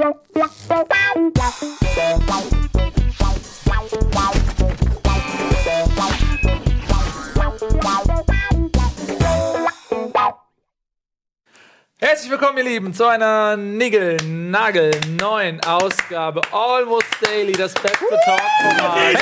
Herzlich willkommen, ihr Lieben, zu einer neuen Ausgabe Almost Daily, das beste Talk-Format.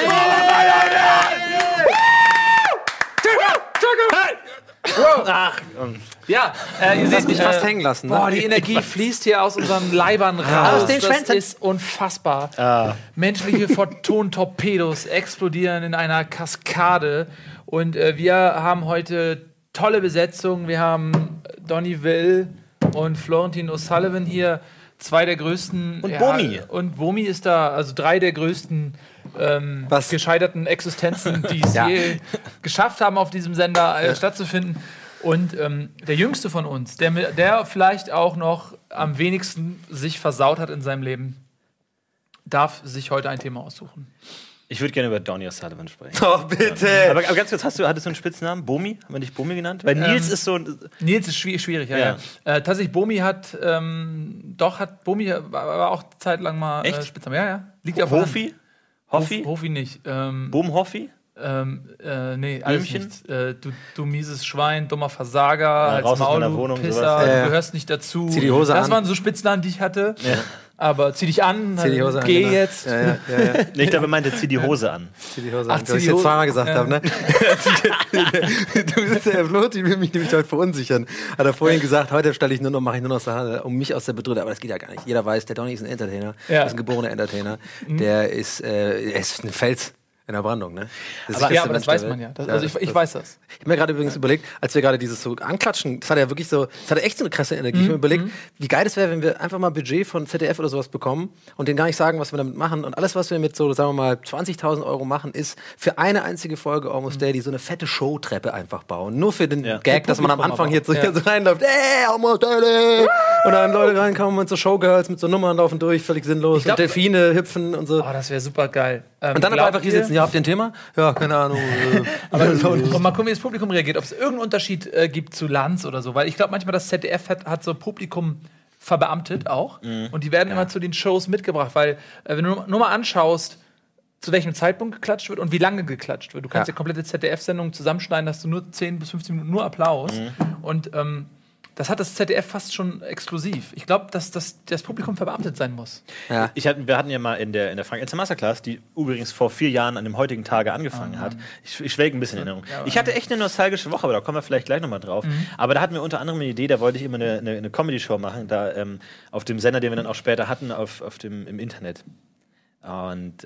Ja, ihr seht mich fast hängen lassen. Ne? Boah, die Energie fließt hier aus unseren Leibern raus. Das ist unfassbar. Menschliche Photon-Torpedos explodieren in einer Kaskade. Und wir haben heute tolle Besetzung. Wir haben Donny Will und Florentin O'Sullivan hier, zwei der größten. Und Bomi. Und Bomi ist da, also drei der größten gescheiterten Existenzen, die es je geschafft haben, auf diesem Sender stattzufinden. Und der Jüngste von uns, der vielleicht auch noch am wenigsten sich versaut hat in seinem Leben, darf sich heute ein Thema aussuchen. Ich würde gerne über Donny O'Sullivan sprechen. Oh, bitte! Aber ganz kurz, hattest du einen Spitznamen? Bomi? Haben wir dich Bomi genannt? Weil Nils ist so... Nils ist schwierig, ja. Tatsächlich, Bomi Bomi war auch zeitlang mal Spitzname. Ja. Liegt ja Hofi? Hoffi? Hofi nicht. Boom Hoffi? Nee, alles nicht. Du mieses Schwein, dummer Versager, raus aus meiner Wohnung, Pisser, du gehörst nicht dazu. Zieh die Hose an. Das waren so Spitznamen, die ich hatte. Ja. Aber zieh dich an, zieh die Hose geh an, jetzt. Ja. Nee, ich glaube, er meinte, zieh die Hose an. Zieh die Hose an. Ach, ich jetzt zweimal gesagt habe, ne? Du bist der Flo, die will mich nämlich heute verunsichern. Hat er vorhin gesagt, heute mache ich nur noch Sachen, um mich aus der Bedrohung. Aber das geht ja gar nicht. Jeder weiß, der Donny ist ein Entertainer. Er ist ein geborener Entertainer. Der ist ein Fels in der Brandung, ne? Aber das weiß man ja. Ich weiß das. Ich habe mir gerade übrigens überlegt, als wir gerade dieses so anklatschen, das hatte ja wirklich so, das hatte echt so eine krasse Energie. Ich habe mir überlegt, wie geil es wäre, wenn wir einfach mal Budget von ZDF oder sowas bekommen und denen gar nicht sagen, was wir damit machen. Und alles, was wir mit so, sagen wir mal, 20.000 € machen, ist für eine einzige Folge Almost Daily so eine fette Showtreppe einfach bauen. Nur für den Gag, dass man am Anfang hier so reinläuft, Almost Daily! Und dann Leute reinkommen und so Showgirls mit so Nummern laufen durch, völlig sinnlos. Und Delfine hüpfen und so. Oh, das wäre super geil. Und dann aber einfach hier sitzen, habt ihr ein Thema? Ja, keine Ahnung. Aber und mal gucken, wie das Publikum reagiert. Ob es irgendeinen Unterschied gibt zu Lanz oder so. Weil ich glaube, manchmal das ZDF hat so Publikum verbeamtet auch. Und die werden immer zu den Shows mitgebracht. Weil, wenn du nur mal anschaust, zu welchem Zeitpunkt geklatscht wird und wie lange geklatscht wird. Du kannst ja komplette ZDF-Sendungen zusammenschneiden, hast du nur 10 bis 15 Minuten nur Applaus. Und das hat das ZDF fast schon exklusiv. Ich glaube, dass das Publikum verbeamtet sein muss. Ja. Wir hatten ja mal in der Frank-Enzer Masterclass, die übrigens vor 4 Jahren an dem heutigen Tage angefangen hat. Ich schwelge ein bisschen in Erinnerung. Ich hatte echt eine nostalgische Woche, aber da kommen wir vielleicht gleich nochmal drauf. Aber da hatten wir unter anderem eine Idee, da wollte ich immer eine Comedy-Show machen, da auf dem Sender, den wir dann auch später hatten, im Internet. Und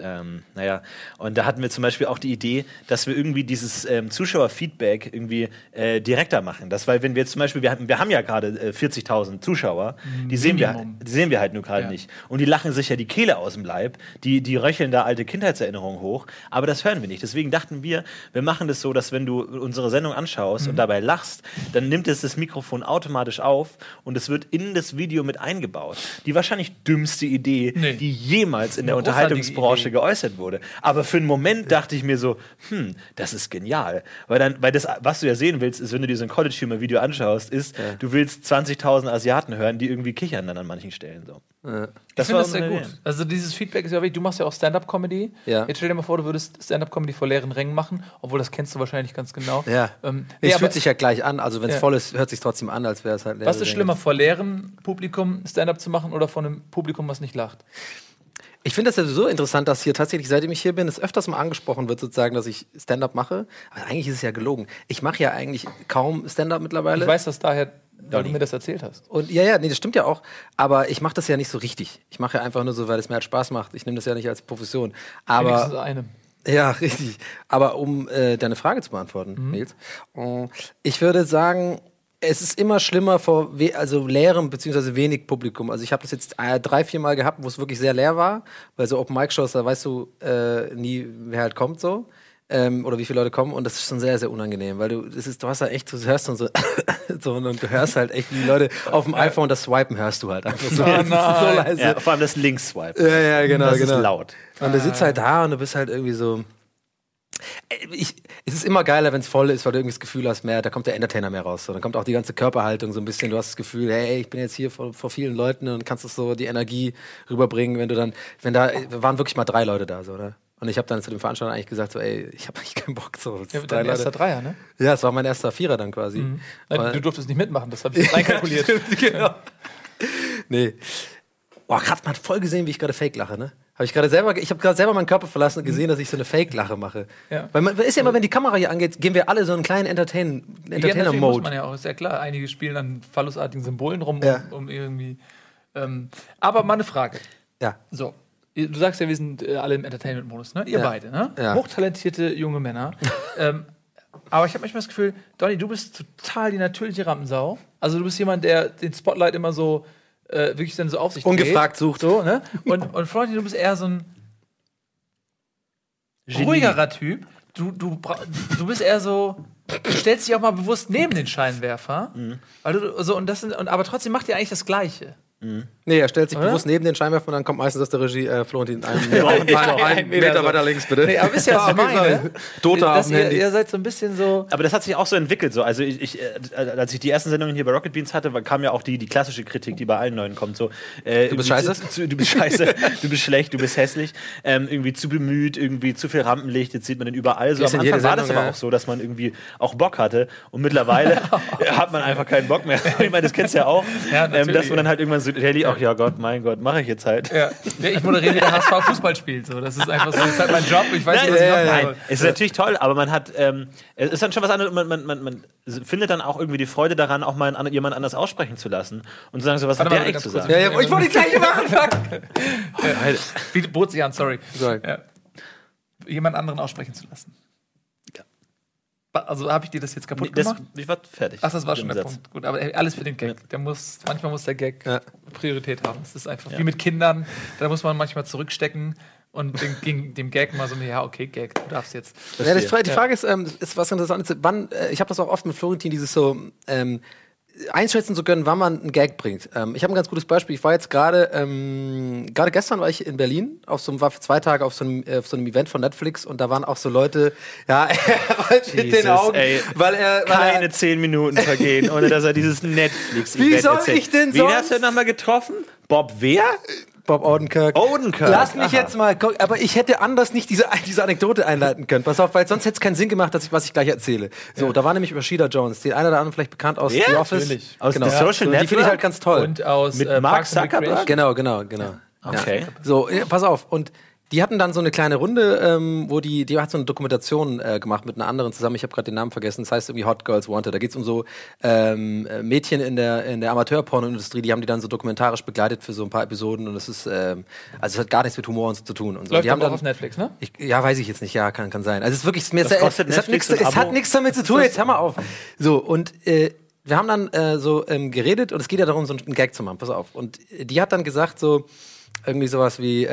und da hatten wir zum Beispiel auch die Idee, dass wir irgendwie dieses Zuschauerfeedback irgendwie direkter machen. Weil wenn wir jetzt zum Beispiel, wir haben ja gerade 40.000 Zuschauer, die sehen wir halt nur gerade nicht. Und die lachen sich ja die Kehle aus dem Leib, die röcheln da alte Kindheitserinnerungen hoch, aber das hören wir nicht. Deswegen dachten wir machen das so, dass wenn du unsere Sendung anschaust und dabei lachst, dann nimmt es das Mikrofon automatisch auf und es wird in das Video mit eingebaut. Die wahrscheinlich dümmste Idee, die jemals in der Unterhaltungsbranche geäußert wurde. Aber für einen Moment dachte ich mir so, das ist genial. Weil das, was du ja sehen willst, ist, wenn du dir so ein College-Humor-Video anschaust, du willst 20.000 Asiaten hören, die irgendwie kichern dann an manchen Stellen. So. Ja. Ich finde das sehr gut. Also dieses Feedback ist ja wichtig. Du machst ja auch Stand-Up-Comedy. Ja. Jetzt stell dir mal vor, du würdest Stand-Up-Comedy vor leeren Rängen machen, obwohl das kennst du wahrscheinlich ganz genau. Ja. Es fühlt sich ja gleich an. Also wenn es voll ist, hört es sich trotzdem an, als wäre es halt leer. Was ist schlimmer, vor leerem Publikum Stand-Up zu machen oder vor einem Publikum, was nicht lacht? Ich finde das ja so interessant, dass hier tatsächlich, seitdem ich hier bin, es öfters mal angesprochen wird, sozusagen, dass ich Stand-Up mache. Aber eigentlich ist es ja gelogen. Ich mache ja eigentlich kaum Stand-Up mittlerweile. Ich weiß das daher, weil du mir das erzählt hast. Und das stimmt ja auch. Aber ich mache das ja nicht so richtig. Ich mache ja einfach nur so, weil es mir halt Spaß macht. Ich nehme das ja nicht als Profession. Aber wenigstens eine. Ja, richtig. Aber um deine Frage zu beantworten, Nils, ich würde sagen, es ist immer schlimmer vor leerem bzw. wenig Publikum. Also ich habe das jetzt 3-4 Mal gehabt, wo es wirklich sehr leer war. Weil so Open-Mic-Shows, da weißt du nie, wer halt kommt so. Oder wie viele Leute kommen. Und das ist schon sehr, sehr unangenehm. Weil du hast halt echt, du hörst dann so, und du hörst halt echt, wie die Leute auf dem iPhone das Swipen hörst du halt einfach so. Das ist so leise. Ja, vor allem das Links-Swipe. Ja, genau. Das ist laut. Und du sitzt halt da und du bist halt irgendwie so... Es ist immer geiler, wenn es voll ist, weil du irgendwie das Gefühl hast, da kommt der Entertainer mehr raus. So. Dann kommt auch die ganze Körperhaltung so ein bisschen. Du hast das Gefühl, hey, ich bin jetzt hier vor vielen Leuten und kannst das so die Energie rüberbringen, wir waren wirklich mal 3 Leute da, so, ne? Und ich habe dann zu dem Veranstalter eigentlich gesagt, so, ey, ich habe eigentlich keinen Bock. So, ja, dein erster Dreier, ne? Ja, es war mein erster Vierer dann quasi. Mhm. Du durftest nicht mitmachen, das habe ich reinkalkuliert. Genau. Nee. Boah, gerade man hat voll gesehen, wie ich gerade Fake lache, ne? Ich habe gerade selber meinen Körper verlassen und gesehen, dass ich so eine Fake-Lache mache. Ja. Weil man ist ja immer, wenn die Kamera hier angeht, gehen wir alle so einen kleinen Entertainer-Mode. Ja, muss man ja auch, ist ja klar. Einige spielen an phallusartigen Symbolen rum, um irgendwie. Aber mal eine Frage. Ja. So. Du sagst ja, wir sind alle im Entertainment-Modus, ne? Ihr beide, ne? Ja. Hochtalentierte junge Männer. Aber ich habe manchmal das Gefühl, Donny, du bist total die natürliche Rampensau. Also du bist jemand, der den Spotlight immer so wirklich dann so auf sich dreht. Ungefragt sucht. So, ne? Und Florian, du bist eher so ein ruhigerer Typ. Du bist eher so, du stellst dich auch mal bewusst neben den Scheinwerfer. Weil du so, aber trotzdem macht ihr eigentlich das Gleiche. Nee, er stellt sich bewusst neben den Scheinwerfer und dann kommt meistens aus der Regie Florentin einen Meter weiter links, bitte. Nee, aber wisst ihr, was ich meine? Dota auf dem Handy. Ihr seid so ein bisschen so. Aber das hat sich auch so entwickelt. So. Also als ich die ersten Sendungen hier bei Rocket Beans hatte, kam ja auch die klassische Kritik, die bei allen Neuen kommt. So, du bist scheiße? Du bist scheiße, du bist schlecht, du bist hässlich, irgendwie zu bemüht, irgendwie zu viel Rampenlicht, jetzt sieht man den überall. So, am Anfang war das aber auch so, dass man irgendwie auch Bock hatte. Und mittlerweile hat man einfach keinen Bock mehr. Ich meine, das kennst du ja auch. Ja, dass man dann halt irgendwann so, ach ja Gott, mein Gott, mache ich jetzt halt. Ja. Ich moderiere, wie der HSV Fußball spielt. So. Das ist einfach so, das ist halt mein Job. Ich weiß nicht, was ich machen soll. Es ist natürlich toll, aber man hat, es ist dann schon was anderes. Man findet dann auch irgendwie die Freude daran, auch mal jemand anders aussprechen zu lassen und zu sagen, so was hat der eigentlich zu sagen. Ja, ich wollte die gleiche machen, fuck. Wie bot sich an, sorry. Ja. Jemand anderen aussprechen zu lassen. Also habe ich dir das jetzt kaputt gemacht? Ich war fertig. Ach, das war schon der Punkt. Gut, aber alles für den Gag. Manchmal muss der Gag Priorität haben. Das ist einfach wie mit Kindern. Da muss man manchmal zurückstecken und dem Gag mal so, okay, Gag, du darfst jetzt. Ja, die Frage ist was Interessantes. Ich habe das auch oft mit Florentin, dieses so einschätzen zu können, wann man einen Gag bringt. Ich habe ein ganz gutes Beispiel. Ich war jetzt gerade gestern war ich in Berlin, war für 2 Tage auf so einem Event von Netflix und da waren auch so Leute, er rollt mit den Augen, weil keine 10 Minuten vergehen, ohne dass er dieses Netflix-Event Wie soll ich denn sonst? Wen hast du nochmal getroffen? Bob wer? Bob Odenkirk. Lass mich jetzt mal gucken. Aber ich hätte anders nicht diese Anekdote einleiten können. Pass auf, weil sonst hätte es keinen Sinn gemacht, was ich gleich erzähle. So, da war nämlich Rashida Jones. Die eine oder andere vielleicht bekannt aus The Office. Natürlich. Aus The Social Network. Die finde ich halt ganz toll. Und aus mit Mark Zuckerberg. Genau. Okay. Ja. So, pass auf. Und die hatten dann so eine kleine Runde, wo die hat so eine Dokumentation gemacht mit einer anderen zusammen. Ich habe gerade den Namen vergessen. Das heißt irgendwie Hot Girls Wanted. Da geht es um so Mädchen in der Amateurpornoindustrie. Die haben die dann so dokumentarisch begleitet für so ein paar Episoden. Und es ist, es hat gar nichts mit Humor und so zu tun. Und so. Läuft die haben auch dann auf Netflix, ne? Weiß ich jetzt nicht. Ja, kann sein. Also es ist wirklich, es hat nichts damit zu tun. Jetzt hör mal auf. So, und wir haben dann geredet und es geht ja darum, so einen Gag zu machen. Pass auf. Und die hat dann gesagt so, irgendwie sowas wie,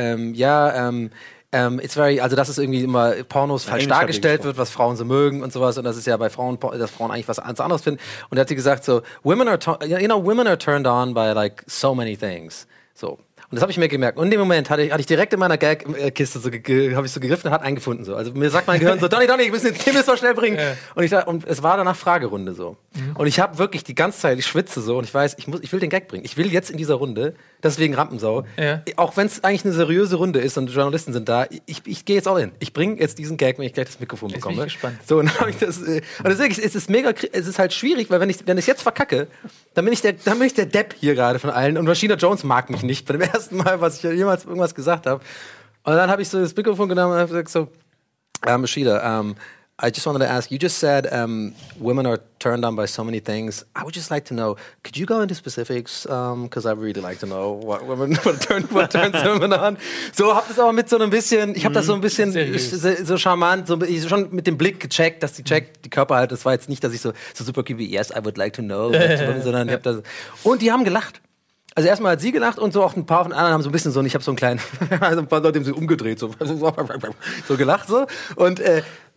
it's very, also dass es irgendwie immer Pornos falsch dargestellt wird, was Frauen so mögen und sowas, und das ist ja bei Frauen, dass Frauen eigentlich was anderes finden. Und da hat sie gesagt so, women are turned on by like so many things. So. Und das habe ich mir gemerkt. Und in dem Moment hatte ich direkt in meiner Gag-Kiste habe ich so gegriffen und hat einen gefunden. So. Also mir sagt mein Gehirn so, Donny, ich muss den Tim so schnell bringen. Und es war danach Fragerunde so. Und ich habe wirklich die ganze Zeit, ich schwitze so und ich weiß, ich will den Gag bringen. Ich will jetzt in dieser Runde, deswegen Rampensau, auch wenn es eigentlich eine seriöse Runde ist und Journalisten sind da, ich gehe jetzt all in. Ich bringe jetzt diesen Gag, wenn ich gleich das Mikrofon bekomme. Bin ich gespannt. So, und dann habe ich das. Und deswegen, es ist halt schwierig, weil wenn ich jetzt verkacke, dann bin ich der Depp hier gerade von allen. Und Rashida Jones mag mich nicht. Bei dem ersten Mal, was ich jemals irgendwas gesagt habe. Und dann habe ich so das Mikrofon genommen und habe gesagt so, Rashida, I just wanted to ask, you just said women are turned on by so many things. I would just like to know, could you go into specifics? Because I really like to know what turns women on. So, hab das aber mit so ein bisschen, ich habe das so ein bisschen so charmant, schon mit dem Blick gecheckt, dass die Körperhaltung, das war jetzt nicht, dass ich so super creepy, yes, I would like to know, sondern ich habe das, und die haben gelacht. Also erstmal hat sie gelacht und so auch ein paar von anderen haben so ein bisschen so, und ich habe so einen kleinen, also ein paar Leute haben sich umgedreht, so gelacht so. Und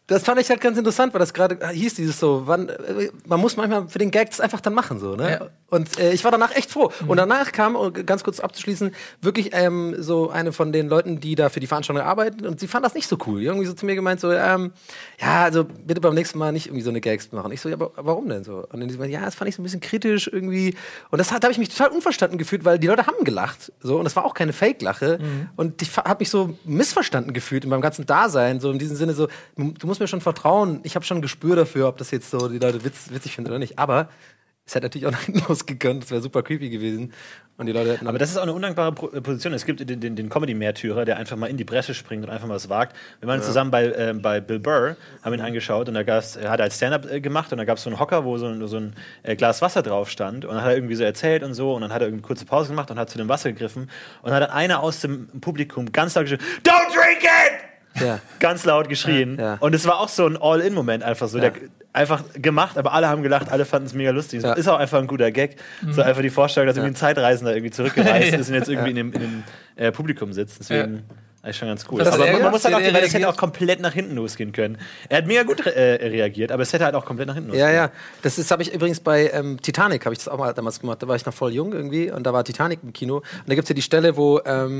Das fand ich halt ganz interessant, weil das gerade hieß, dieses so, man muss manchmal für den Gag das einfach dann machen, so, ne? Ja. Und ich war danach echt froh. Und danach kam, um ganz kurz abzuschließen, wirklich so eine von den Leuten, die da für die Veranstaltung arbeiten, und sie fand das nicht so cool. Irgendwie so zu mir gemeint, so, ja, also bitte beim nächsten Mal nicht irgendwie so eine Gags machen. Ich so, ja, aber warum denn so? Und dann die so, ja, das fand ich so ein bisschen kritisch irgendwie. Und da habe ich mich total unverstanden gefühlt, weil die Leute haben gelacht, so, und das war auch keine Fake-Lache. Und ich habe mich so missverstanden gefühlt in meinem ganzen Dasein, so in diesem Sinne so, du musst mir schon vertrauen, ich habe schon ein Gespür dafür, ob das jetzt so die Leute witzig finden oder nicht. Aber es hätte natürlich auch nach hinten losgegangen, das wäre super creepy gewesen. Und die Leute hätten aber das ist auch eine undankbare Position. Es gibt den Comedy-Märtyrer, der einfach mal in die Bresche springt und einfach mal was wagt. Wir waren zusammen bei Bill Burr, haben ihn angeschaut, und er hat als Stand-Up gemacht, und da gab es so einen Hocker, wo so ein Glas Wasser drauf stand, und dann hat er irgendwie so erzählt und so, und dann hat er irgendwie kurze Pause gemacht und hat zu dem Wasser gegriffen, und dann hat einer aus dem Publikum ganz laut geschrien, "Don't drink it!" Ja. Ganz laut geschrien. Ja. Und es war auch so ein All-In-Moment einfach so. Ja. Der einfach gemacht, aber alle haben gelacht, alle fanden es mega lustig. Ja. Ist auch einfach ein guter Gag. So einfach die Vorstellung, dass irgendwie ein Zeitreisender irgendwie zurückgereist ist und jetzt irgendwie in dem Publikum sitzt. Deswegen eigentlich schon ganz cool. Was Aber man muss halt auch, der weil das hätte reagiert? auch komplett nach hinten losgehen können. Er hat mega gut reagiert, aber es hätte halt auch komplett nach hinten losgehen können. Ja. Das habe ich übrigens bei Titanic, habe ich das auch mal damals gemacht. Da war ich noch voll jung irgendwie, und da war Titanic im Kino. Und da gibt es ja die Stelle, wo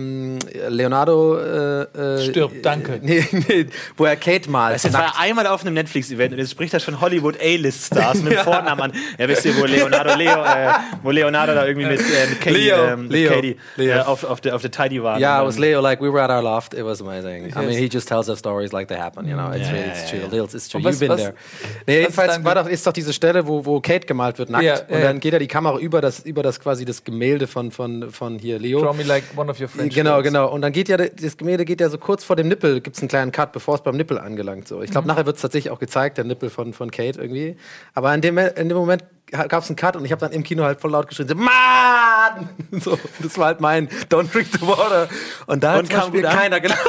Leonardo stirbt, danke. Nee, wo er Kate malt. Das war einmal auf einem Netflix-Event, und jetzt spricht er schon Hollywood A-List-Stars mit dem Vornamen an. Ja, wisst ihr, wo Leonardo da irgendwie mit Katie auf der Tidy war. Yeah, it was Leo, like, we were at our loft. It was amazing. I mean, he just tells us stories like they happen, you know. It's true. It's true. You've been there. Nee, jedenfalls ist doch diese Stelle, wo Kate gemalt wird, nackt. Und dann geht ja die Kamera über das quasi das Gemälde von hier Leo. Draw me like one of your French Genau. girls. Und dann geht ja das Gemälde so kurz vor dem Nippel, gibt's einen kleinen Cut, bevor es beim Nippel angelangt. So. Ich glaube, nachher wird es tatsächlich auch gezeigt, der Nippel von Kate irgendwie. Aber in dem Moment gab es einen Cut, und ich habe dann im Kino halt voll laut geschrien, so, Mann! So, das war halt mein Don't drink the water. Und da hat zum Beispiel keiner gelacht.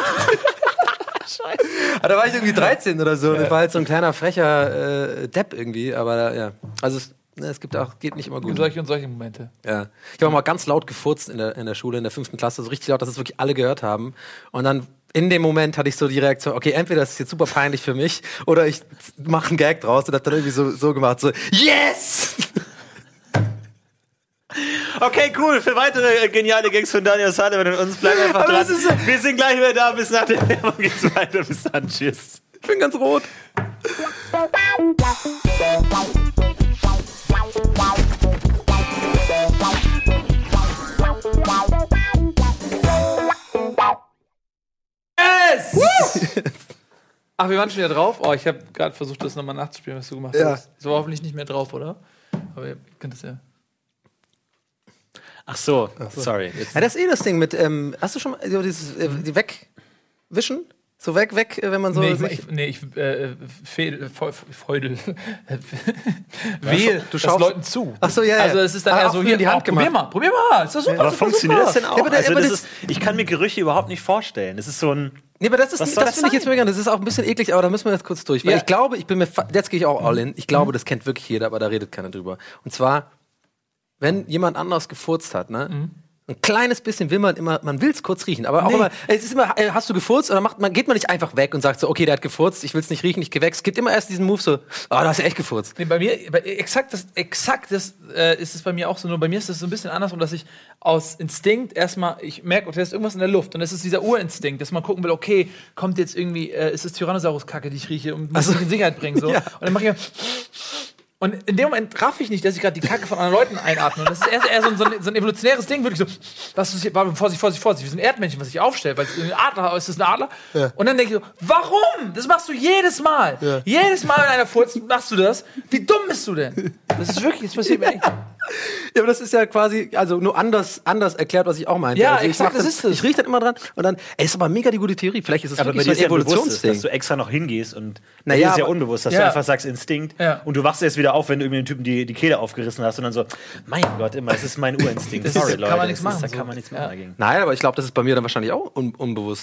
Scheiße. Aber da war ich irgendwie 13 oder so. Und das war halt so ein kleiner frecher Depp irgendwie. Aber ja, also es geht nicht immer gut. Und solche Momente. Ja. Ich habe mal ganz laut gefurzt in der Schule, in der 5. Klasse, so richtig laut, dass es wirklich alle gehört haben. Und dann in dem Moment hatte ich so die Reaktion, okay, entweder das ist jetzt super peinlich für mich, oder ich mache einen Gag draus, und hab dann irgendwie so gemacht, so, yes! Okay, cool. Für weitere geniale Gags von Daniel Sullivan und uns bleibt einfach dran. Wir sind gleich wieder da. Bis nach der Werbung geht's weiter. Bis dann. Tschüss. Ich bin ganz rot. Ach, wir waren schon wieder drauf? Oh, ich habe gerade versucht, das nochmal nachzuspielen, was du gemacht hast. So war hoffentlich nicht mehr drauf, oder? Aber ihr könnt es ja. Ach so. Sorry. Ja, das ist das Ding mit, hast du schon mal so dieses die wegwischen? So weg, wenn man so. Feudel. Wehe, du schaust Leuten zu. Ach so, ja. Also, es ist dann eher so hier, die Hand gemacht. Probier mal. Ist das super, aber funktioniert das denn auch? Ja, aber ich kann mir Gerüche überhaupt nicht vorstellen. Das ist so ein. Nee, aber das finde ich jetzt mega. Das ist auch ein bisschen eklig, aber da müssen wir jetzt kurz durch. Weil ich glaube, jetzt gehe ich auch all in. Ich glaube, das kennt wirklich jeder, aber da redet keiner drüber. Und zwar, wenn jemand anders gefurzt hat, ne? Ein kleines bisschen will man immer, man will es kurz riechen, aber auch immer, es ist immer, hast du gefurzt, oder geht man nicht einfach weg und sagt so, okay, der hat gefurzt, ich will es nicht riechen, ich geh weg. Es gibt immer erst diesen Move so, da hast du echt gefurzt. Nee, exakt das ist es bei mir auch so, nur bei mir ist es so ein bisschen andersrum, dass ich aus Instinkt erstmal, ich merke, da ist irgendwas in der Luft, und das ist dieser Urinstinkt, dass man gucken will, okay, kommt jetzt irgendwie, ist es Tyrannosaurus-Kacke, die ich rieche, und muss mich in Sicherheit bringen, so. Ja. Und dann mache ich und in dem Moment raff ich nicht, dass ich gerade die Kacke von anderen Leuten einatme. Und das ist eher so ein evolutionäres Ding, wirklich so, Vorsicht, wie so ein Erdmännchen, was sich aufstellt, weil es ein Adler ist. Ist das ein Adler? Ja. Und dann denke ich so, warum? Das machst du jedes Mal. Ja. Jedes Mal, wenn einer furzt, machst du das. Wie dumm bist du denn? Das ist wirklich, das passiert mir echt. Ja, aber das ist ja quasi, also nur anders erklärt, was ich auch meinte. Ja, also exakt, das ist es. Ich rieche dann immer dran, und dann, ist aber mega die gute Theorie. Vielleicht ist es wirklich so ein Evolutionsding. Dass du extra noch hingehst, und das ist ja unbewusst, dass du einfach sagst Instinkt, und du wachst erst wieder auf, wenn du irgendwie den Typen die Kehle aufgerissen hast, und dann so, mein Gott, immer, es ist mein Urinstinkt. Sorry, Leute. Kann man nichts machen. Da kann man nichts machen dagegen. Nein, aber ich glaube, das ist bei mir dann wahrscheinlich auch unbewusst.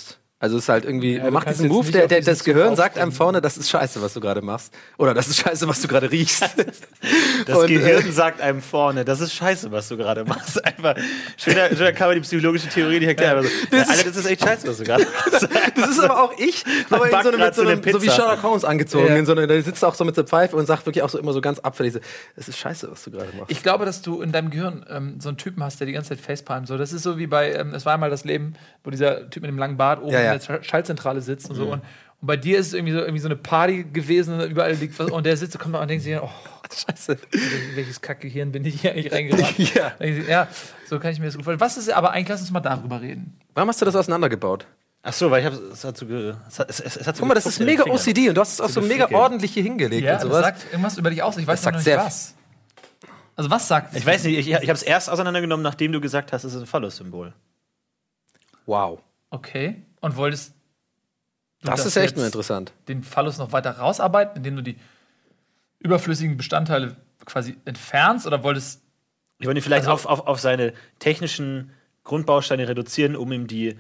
Also es ist halt irgendwie, Ja, man macht diesen Move, das Gehirn sagt einem vorne, das ist scheiße, was du gerade machst. Oder das ist scheiße, was du gerade riechst. Das Gehirn sagt einem vorne, das ist scheiße, was du gerade machst. Einfach, schöner kann man die psychologische Theorie nicht erklären. Also, Alter, das ist echt scheiße, was du gerade machst. Das ist aber auch ich, aber in so einem, so wie Sherlock Holmes angezogen. Ja. Der sitzt auch so mit der Pfeife und sagt wirklich auch so immer so ganz abfällig, es ist scheiße, was du gerade machst. Ich glaube, dass du in deinem Gehirn so einen Typen hast, der die ganze Zeit facepalmt. So, das ist so wie bei, es war einmal das Leben, wo dieser Typ mit dem langen Bart oben in der Schaltzentrale sitzt und so. Und bei dir ist es irgendwie so eine Party gewesen, überall liegt was. Und der sitzt, kommt mal und denkt sich, oh, scheiße, welches Kackgehirn bin ich hier eigentlich reingeraten? Ja, so kann ich mir das gut vorstellen. Was ist aber eigentlich, lass uns mal darüber reden. Warum hast du das auseinandergebaut? Ach so, weil es hat so guck mal, das ist mega OCD und du hast es auch so mega ordentlich hier hingelegt ja, und sowas. Das sagt irgendwas über dich aus, ich weiß noch nicht was. Also was sagt Ich weiß nicht, ich habe es erst auseinandergenommen, nachdem du gesagt hast, es ist ein Phallus-Symbol. Wow. Okay, und wolltest du das ist echt nur interessant. Den Phallus noch weiter rausarbeiten, indem du die überflüssigen Bestandteile quasi entfernst, oder wolltest ich wollte ihn vielleicht auf seine technischen Grundbausteine reduzieren, um ihm die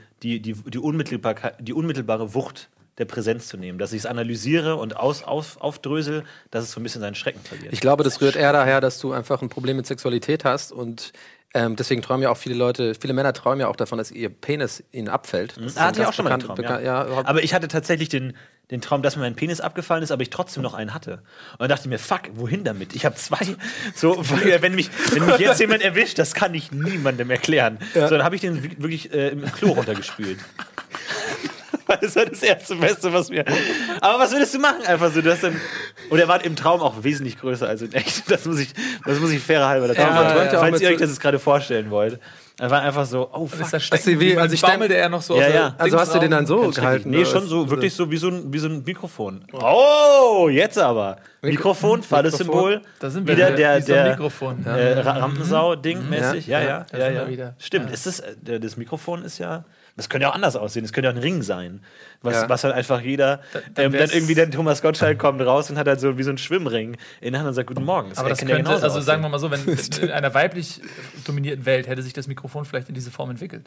unmittelbare Wucht der Präsenz zu nehmen. Dass ich es analysiere und aufdrösel, dass es so ein bisschen seinen Schrecken verliert. Ich glaube, das rührt eher daher, dass du einfach ein Problem mit Sexualität hast und deswegen träumen ja auch viele Männer träumen ja auch davon, dass ihr Penis ihnen abfällt. Das hatte ich auch schon mal einen Traum, aber ich hatte tatsächlich den Traum, dass mir mein Penis abgefallen ist, aber ich trotzdem noch einen hatte. Und dann dachte ich mir, fuck, wohin damit? Ich habe 2. So, wenn mich jetzt jemand erwischt, das kann ich niemandem erklären. Ja. So, dann habe ich den wirklich im Klo runtergespült. Das war das erste Beste, was mir. Aber was würdest du machen? Einfach so, du hast dann. Und er war im Traum auch wesentlich größer als in echt. Das muss ich fairer halber dazu sagen. Falls ihr euch das jetzt gerade vorstellen wollt. Er war einfach so, oh fuck. Das also ich baumelt er noch so. Ja. Also hast du den dann so gehalten? Nee, schon so, wirklich so wie so ein Mikrofon. Oh, jetzt aber. Mikrofon, Phallus-Symbol. Da sind wir wieder der Mikrofon. Rampensau-Ding mäßig. Ja. Wieder. Stimmt, das Mikrofon ist ja. Das könnte ja auch anders aussehen. Das könnte ja auch ein Ring sein. Was halt einfach jeder. Dann irgendwie der Thomas Gottschalk kommt raus und hat halt so wie so ein Schwimmring in der Hand und sagt Guten Morgen. Aber das könnte, also sagen wir mal so, wenn in einer weiblich dominierten Welt hätte sich das Mikrofon vielleicht in diese Form entwickelt.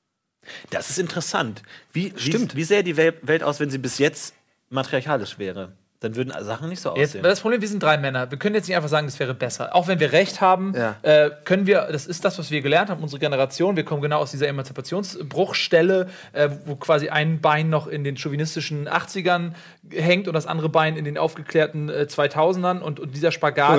Das ist interessant. Wie sähe die Welt aus, wenn sie bis jetzt matriarchalisch wäre? Dann würden Sachen nicht so aussehen. Das Problem, wir sind 3 Männer. Wir können jetzt nicht einfach sagen, das wäre besser. Auch wenn wir Recht haben, können wir, das ist das, was wir gelernt haben, unsere Generation. Wir kommen genau aus dieser Emanzipationsbruchstelle, wo quasi ein Bein noch in den chauvinistischen 80ern hängt und das andere Bein in den aufgeklärten 2000ern. Und dieser Spagat,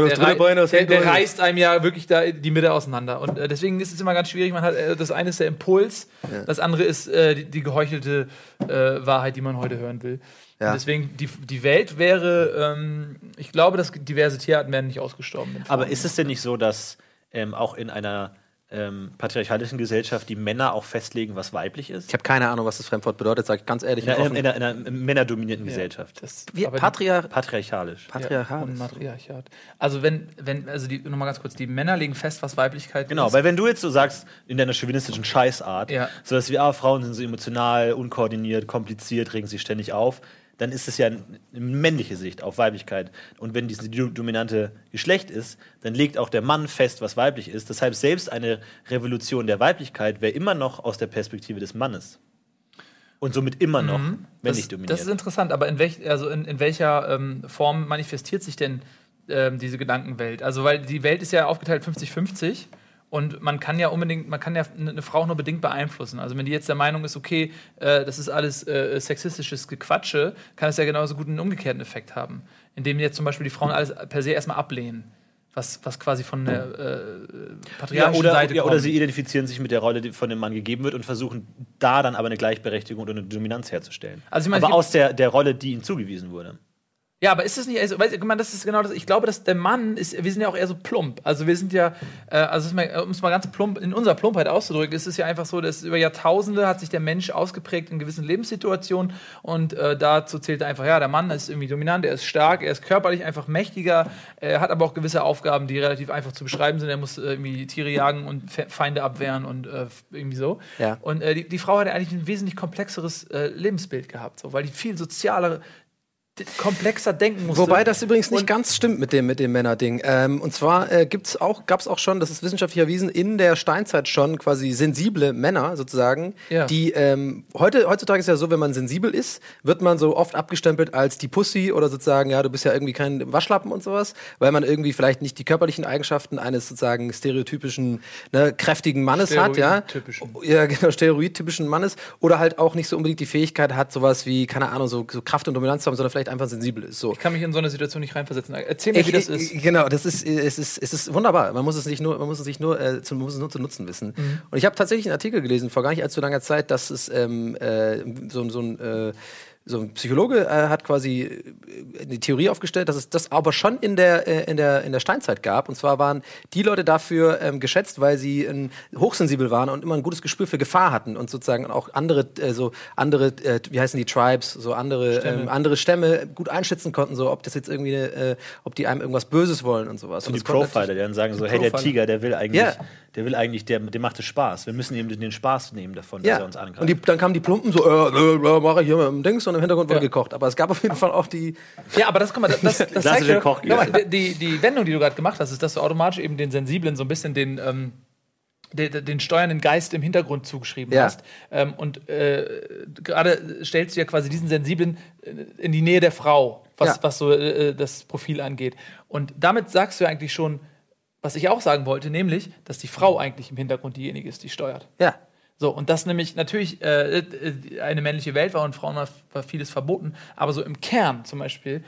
der reißt einem ja wirklich da die Mitte auseinander. Und deswegen ist es immer ganz schwierig. Man hat, das eine ist der Impuls, das andere ist die geheuchelte Wahrheit, die man heute hören will. Ja. Deswegen, die Welt wäre, ich glaube, dass diverse Tierarten werden nicht ausgestorben. Aber ist es denn nicht so, dass auch in einer patriarchalischen Gesellschaft die Männer auch festlegen, was weiblich ist? Ich habe keine Ahnung, was das Fremdwort bedeutet, sage ich ganz ehrlich. In einer männerdominierten Gesellschaft. Patriarchalisch. Und Matriarchat. Also nochmal ganz kurz, die Männer legen fest, was Weiblichkeit ist. Genau, weil wenn du jetzt so sagst, in deiner chauvinistischen Scheißart, so dass Frauen sind so emotional, unkoordiniert, kompliziert, regen sich ständig auf, dann ist es ja eine männliche Sicht auf Weiblichkeit. Und wenn dieses dominante Geschlecht ist, dann legt auch der Mann fest, was weiblich ist. Deshalb selbst eine Revolution der Weiblichkeit wäre immer noch aus der Perspektive des Mannes. Und somit immer noch männlich dominiert. Das ist interessant, aber in welcher Form manifestiert sich denn diese Gedankenwelt? Also, weil die Welt ist ja aufgeteilt 50-50. Und man kann ja eine Frau nur bedingt beeinflussen. Also wenn die jetzt der Meinung ist, okay, das ist alles sexistisches Gequatsche, kann es ja genauso gut einen umgekehrten Effekt haben. Indem jetzt zum Beispiel die Frauen alles per se erstmal ablehnen. Was quasi von der patriarchischen Seite kommt. Oder sie identifizieren sich mit der Rolle, die von dem Mann gegeben wird und versuchen da dann aber eine Gleichberechtigung oder eine Dominanz herzustellen. Also ich meine, aber aus der Rolle, die ihnen zugewiesen wurde. Ja, aber ist es nicht, also, das ist genau das, ich glaube, dass der Mann ist, wir sind ja auch eher so plump. Also wir sind ja, um es mal ganz plump, in unserer Plumpheit auszudrücken, ist es ja einfach so, dass über Jahrtausende hat sich der Mensch ausgeprägt in gewissen Lebenssituationen und dazu zählt einfach, der Mann ist irgendwie dominant, er ist stark, er ist körperlich einfach mächtiger, er hat aber auch gewisse Aufgaben, die relativ einfach zu beschreiben sind. Er muss irgendwie Tiere jagen und Feinde abwehren und irgendwie so. Ja. Und die Frau hat ja eigentlich ein wesentlich komplexeres Lebensbild gehabt, so, weil die viel sozialere komplexer denken musste. Wobei das übrigens nicht ganz stimmt mit dem Männerding. Und zwar gab es auch schon, das ist wissenschaftlich erwiesen, in der Steinzeit schon quasi sensible Männer sozusagen, die heutzutage ist ja so, wenn man sensibel ist, wird man so oft abgestempelt als die Pussy oder sozusagen, ja, du bist ja irgendwie kein Waschlappen und sowas, weil man irgendwie vielleicht nicht die körperlichen Eigenschaften eines sozusagen stereotypischen, kräftigen Mannes hat, ja. Ja, genau, stereotypischen Mannes. Oder halt auch nicht so unbedingt die Fähigkeit hat, sowas wie, keine Ahnung, so Kraft und Dominanz zu haben, sondern vielleicht einfach sensibel ist. So. Ich kann mich in so eine Situation nicht reinversetzen. Erzähl mir, wie das ist. Genau, es ist wunderbar. Man muss es nur zu nutzen wissen. Und ich habe tatsächlich einen Artikel gelesen, vor gar nicht allzu langer Zeit, dass es so ein Psychologe hat quasi eine Theorie aufgestellt, dass es das aber schon in der Steinzeit gab. Und zwar waren die Leute dafür geschätzt, weil sie hochsensibel waren und immer ein gutes Gespür für Gefahr hatten und sozusagen auch andere, wie heißen die, Tribes, so andere Stämme gut einschätzen konnten, so ob das jetzt irgendwie, ob die einem irgendwas Böses wollen und sowas. Und die Profiler, die dann sagen so, hey, der Tiger, der will eigentlich, dem macht es Spaß. Wir müssen ihm den Spaß nehmen davon, dass er uns angreift. Und dann kamen die Plumpen so, mache ich hier mit dem Dings und im Hintergrund wurde gekocht. Aber es gab auf jeden Fall auch die... Ja, aber das zeigt ja, die Wendung, die du gerade gemacht hast, ist, dass du automatisch eben den Sensiblen so ein bisschen den steuernden Geist im Hintergrund zugeschrieben hast. Und gerade stellst du ja quasi diesen Sensiblen in die Nähe der Frau, was so das Profil angeht. Und damit sagst du ja eigentlich schon, was ich auch sagen wollte, nämlich, dass die Frau eigentlich im Hintergrund diejenige ist, die steuert. Ja. So, und das nämlich natürlich eine männliche Welt war und Frauen war vieles verboten, aber so im Kern zum Beispiel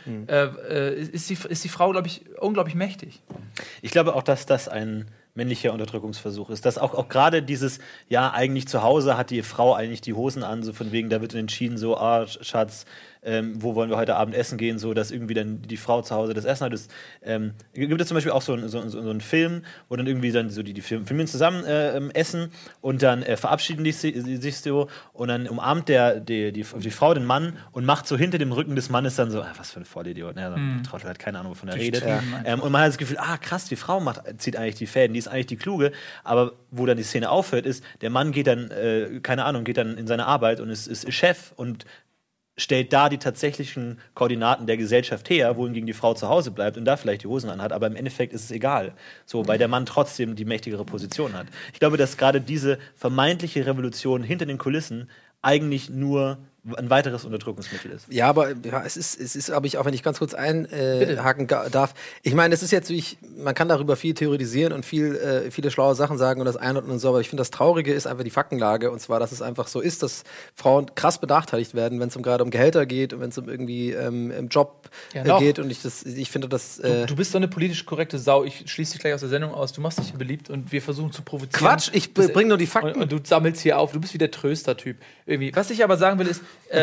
ist die Frau, glaube ich, unglaublich mächtig. Ich glaube auch, dass das ein männlicher Unterdrückungsversuch ist. Dass auch gerade dieses, ja, eigentlich zu Hause hat die Frau eigentlich die Hosen an, so von wegen, da wird entschieden, so, Schatz, wo wollen wir heute Abend essen gehen, so, dass irgendwie dann die Frau zu Hause das Essen hat. Gibt es zum Beispiel auch so einen Film, wo dann irgendwie dann so die Familien zusammen essen und dann verabschieden die sich so und dann umarmt die Frau den Mann und macht so hinter dem Rücken des Mannes dann so, was für ein Vollidiot, ne? So Trottel hat keine Ahnung, wovon er redet. Und man hat das Gefühl, krass, die Frau zieht eigentlich die Fäden, die ist eigentlich die Kluge, aber wo dann die Szene aufhört ist, der Mann geht dann, geht dann in seine Arbeit und ist Chef und stellt da die tatsächlichen Koordinaten der Gesellschaft her, wohingegen die Frau zu Hause bleibt und da vielleicht die Hosen anhat, aber im Endeffekt ist es egal, so, weil der Mann trotzdem die mächtigere Position hat. Ich glaube, dass gerade diese vermeintliche Revolution hinter den Kulissen eigentlich nur ein weiteres Unterdrückungsmittel ist. Ja, aber es ist, glaube ich, auch wenn ich ganz kurz einhaken darf. Ich meine, es ist jetzt, man kann darüber viel theoretisieren und viele schlaue Sachen sagen und das einordnen und so, aber ich finde, das Traurige ist einfach die Faktenlage und zwar, dass es einfach so ist, dass Frauen krass benachteiligt werden, wenn es gerade um Gehälter geht und wenn es um irgendwie im Job geht und ich finde, dass... Du bist so eine politisch korrekte Sau, ich schließe dich gleich aus der Sendung aus, du machst dich beliebt und wir versuchen zu provozieren. Quatsch, ich bringe nur die Fakten. Und du sammelst hier auf, du bist wie der Tröster-Typ. Irgendwie. Was ich aber sagen will, ist,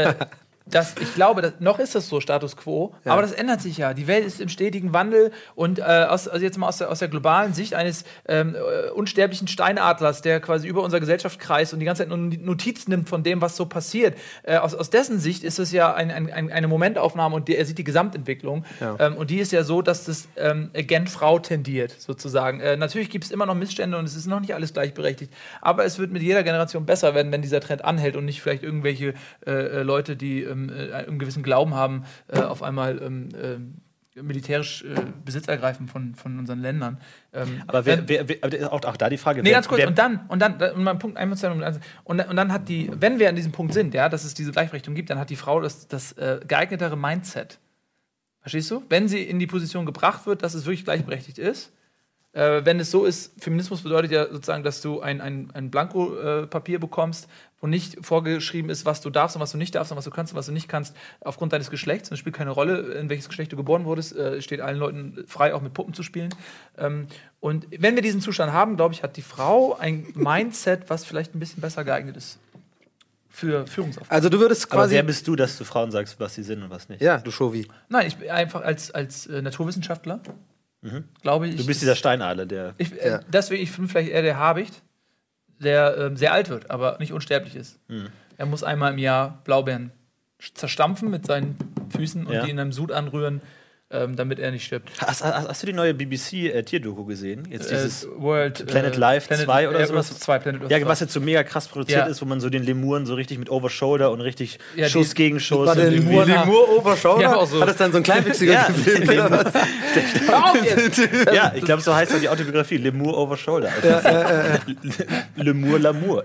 ich glaube, noch ist das so Status quo, aber das ändert sich ja. Die Welt ist im stetigen Wandel und jetzt mal aus der globalen Sicht eines unsterblichen Steinadlers, der quasi über unsere Gesellschaft kreist und die ganze Zeit nur Notiz nimmt von dem, was so passiert. Aus dessen Sicht ist es ja eine Momentaufnahme und er sieht die Gesamtentwicklung. Und die ist ja so, dass das gen Frau tendiert, sozusagen. Natürlich gibt es immer noch Missstände und es ist noch nicht alles gleichberechtigt, aber es wird mit jeder Generation besser werden, wenn dieser Trend anhält und nicht vielleicht irgendwelche Leute, die einen gewissen Glauben haben, auf einmal militärisch Besitz ergreifen von unseren Ländern. Aber auch da die Frage. Nee, ganz kurz. Und dann mein Punkt, und dann hat wenn wir an diesem Punkt sind, ja, dass es diese Gleichberechtigung gibt, dann hat die Frau das geeignetere Mindset. Verstehst du? Wenn sie in die Position gebracht wird, dass es wirklich gleichberechtigt ist, wenn es so ist, Feminismus bedeutet ja sozusagen, dass du ein Blanko-Papier bekommst, wo nicht vorgeschrieben ist, was du darfst und was du nicht darfst und was du kannst und was du nicht kannst, aufgrund deines Geschlechts. Und es spielt keine Rolle, in welches Geschlecht du geboren wurdest. Es steht allen Leuten frei, auch mit Puppen zu spielen. Und wenn wir diesen Zustand haben, glaube ich, hat die Frau ein Mindset, was vielleicht ein bisschen besser geeignet ist für Führungsaufgaben. Also du würdest quasi... Aber wer bist du, dass du Frauen sagst, was sie sind und was nicht? Ja, du Schovi. Nein, ich bin einfach als Naturwissenschaftler, glaube ich... Du bist dieser Steinadler, der... Deswegen, ich bin vielleicht eher der Habicht, der sehr alt wird, aber nicht unsterblich ist. Er muss einmal im Jahr Blaubeeren zerstampfen mit seinen Füßen und die in einem Sud anrühren. damit er nicht stirbt. Hast du die neue BBC-Tierdoku gesehen? Jetzt dieses World, Planet Life 2 oder sowas? 2, Planet Earth Ja, 2. was jetzt so mega krass produziert ist, wo man so den Lemuren so richtig mit Over-Shoulder und richtig Schuss gegen Schuss. War der Lemur Over-Shoulder? Ja, auch so. Hat das dann so ein kleinwüchsiger gefilmt oder was? Ja, ich glaube, so heißt auch die Autobiografie. Lemur Over-Shoulder. Lemur Lamour.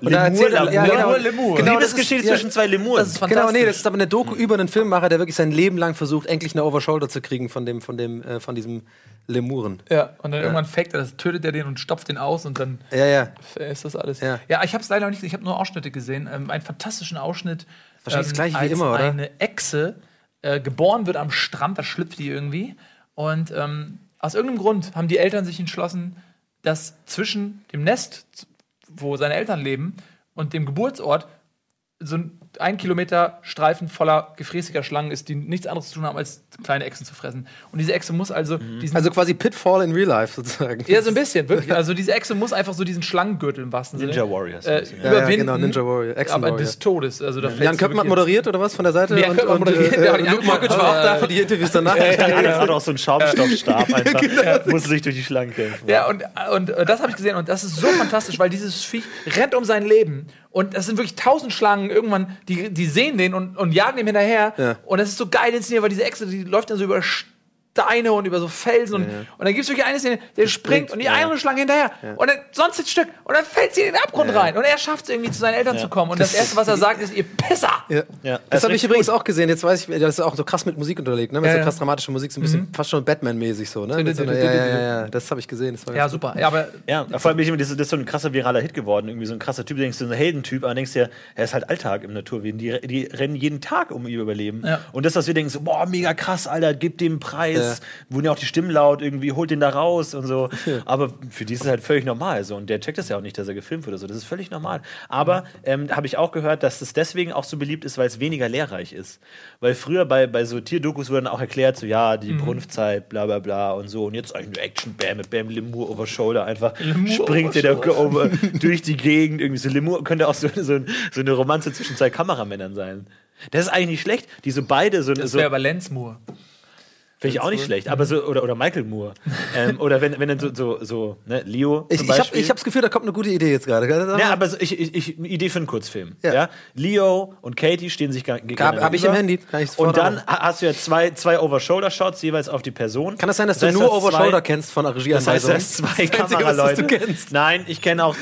Lemur. Genau, Liebesgeschichte zwischen zwei Lemuren. Das ist fantastisch. Genau, das ist aber eine Doku über einen Filmemacher, der wirklich sein Leben lang versucht, endlich eine Over-Shoulder zu kriegen von diesem Lemuren. Ja, und dann irgendwann faked er das, tötet er den und stopft den aus und dann ist das alles. Ja. Ja, ich habe es leider noch nicht gesehen, ich habe nur Ausschnitte gesehen. Einen fantastischen Ausschnitt. Wahrscheinlich das gleiche als wie immer, oder? eine Echse geboren wird am Strand, da schlüpft die irgendwie. Und aus irgendeinem Grund haben die Eltern sich entschlossen, dass zwischen dem Nest, wo seine Eltern leben, und dem Geburtsort so ein Kilometer Streifen voller gefräßiger Schlangen ist, die nichts anderes zu tun haben, als kleine Echsen zu fressen. Und diese Echse muss also Also quasi Pitfall in Real Life sozusagen. Ja, so ein bisschen, wirklich. Also diese Echse muss einfach so diesen Schlangengürtel im wahrsten Sinne Ninja Warriors. überwinden. Ja, genau, Ninja Warrior. Aber des Todes. Also da Jan Köppen hat moderiert oder was von der Seite? Jan Köppen hat moderiert. Luke Mockridge war auch da für die Interviews danach. Er hat auch so einen Schaumstoffstab einfach. Musste sich durch die Schlangen kämpfen. Ja, und das habe ich gesehen. Und das ist so fantastisch, weil dieses Viech rennt um sein Leben. Und das sind wirklich 1000 Schlangen irgendwann, die sehen den und jagen ihm hinterher. Ja. Und das ist so geil inszeniert, weil diese Echse, die läuft dann so über Steine und über so Felsen. Und dann gibt es wirklich eine Szene, der springt und die andere Schlange hinterher. Und dann sonst ein Stück. Und dann fällt sie in den Abgrund rein. Und er schafft es irgendwie, zu seinen Eltern zu kommen. Und das Erste, was er sagt, ist, ihr Pisser! Ja. Das habe ich übrigens auch gesehen. Jetzt weiß ich, das ist auch so krass mit Musik unterlegt, ne? Mit so krass dramatischer Musik, so ein bisschen fast schon Batman-mäßig so, ne? Mit so einer, das habe ich gesehen. Das war Ja, super. Ja, aber vor allem, das ist so ein krasser viraler Hit geworden. Irgendwie so ein krasser Typ, du denkst, so ein Heldentyp, aber denkst dir, er ist halt Alltag im Naturwesen. Die rennen jeden Tag um ihr Überleben. Ja. Und das, was wir denken, so, boah, mega krass, Alter, gib dem Preis. Wurden ja auch die Stimmen laut, irgendwie holt den da raus und so. Aber für die ist es halt völlig normal. So. Und der checkt das ja auch nicht, dass er gefilmt wird oder so. Das ist völlig normal. Aber habe ich auch gehört, dass es deswegen auch so beliebt ist, weil es weniger lehrreich ist. Weil früher bei so Tierdokus wurde dann auch erklärt, so ja, die Brunftzeit, bla bla bla und so. Und jetzt eigentlich nur Action, bam, Lemur over Shoulder, einfach springt der da durch die Gegend. Irgendwie so Lemur könnte auch so eine Romanze zwischen zwei Kameramännern sein. Das ist eigentlich nicht schlecht. Die so beide so. das wäre aber Lenz Moore. Finde ich auch nicht schlecht, aber so, oder Michael Moore. Oder wenn dann so ne, Leo zum Beispiel. Ich habe das Gefühl, da kommt eine gute Idee jetzt gerade. Ja, aber so, eine Idee für einen Kurzfilm. Ja. Leo und Katie stehen sich gegenüber. Habe ich im Handy. Kann ich und dann hast du ja zwei Over-Shoulder-Shots jeweils auf die Person. Kann das sein, dass du nur Over-Shoulder kennst von der Regieanweisung? Das heißt, du hast zwei Kameraleute. Nein, ich kenne auch.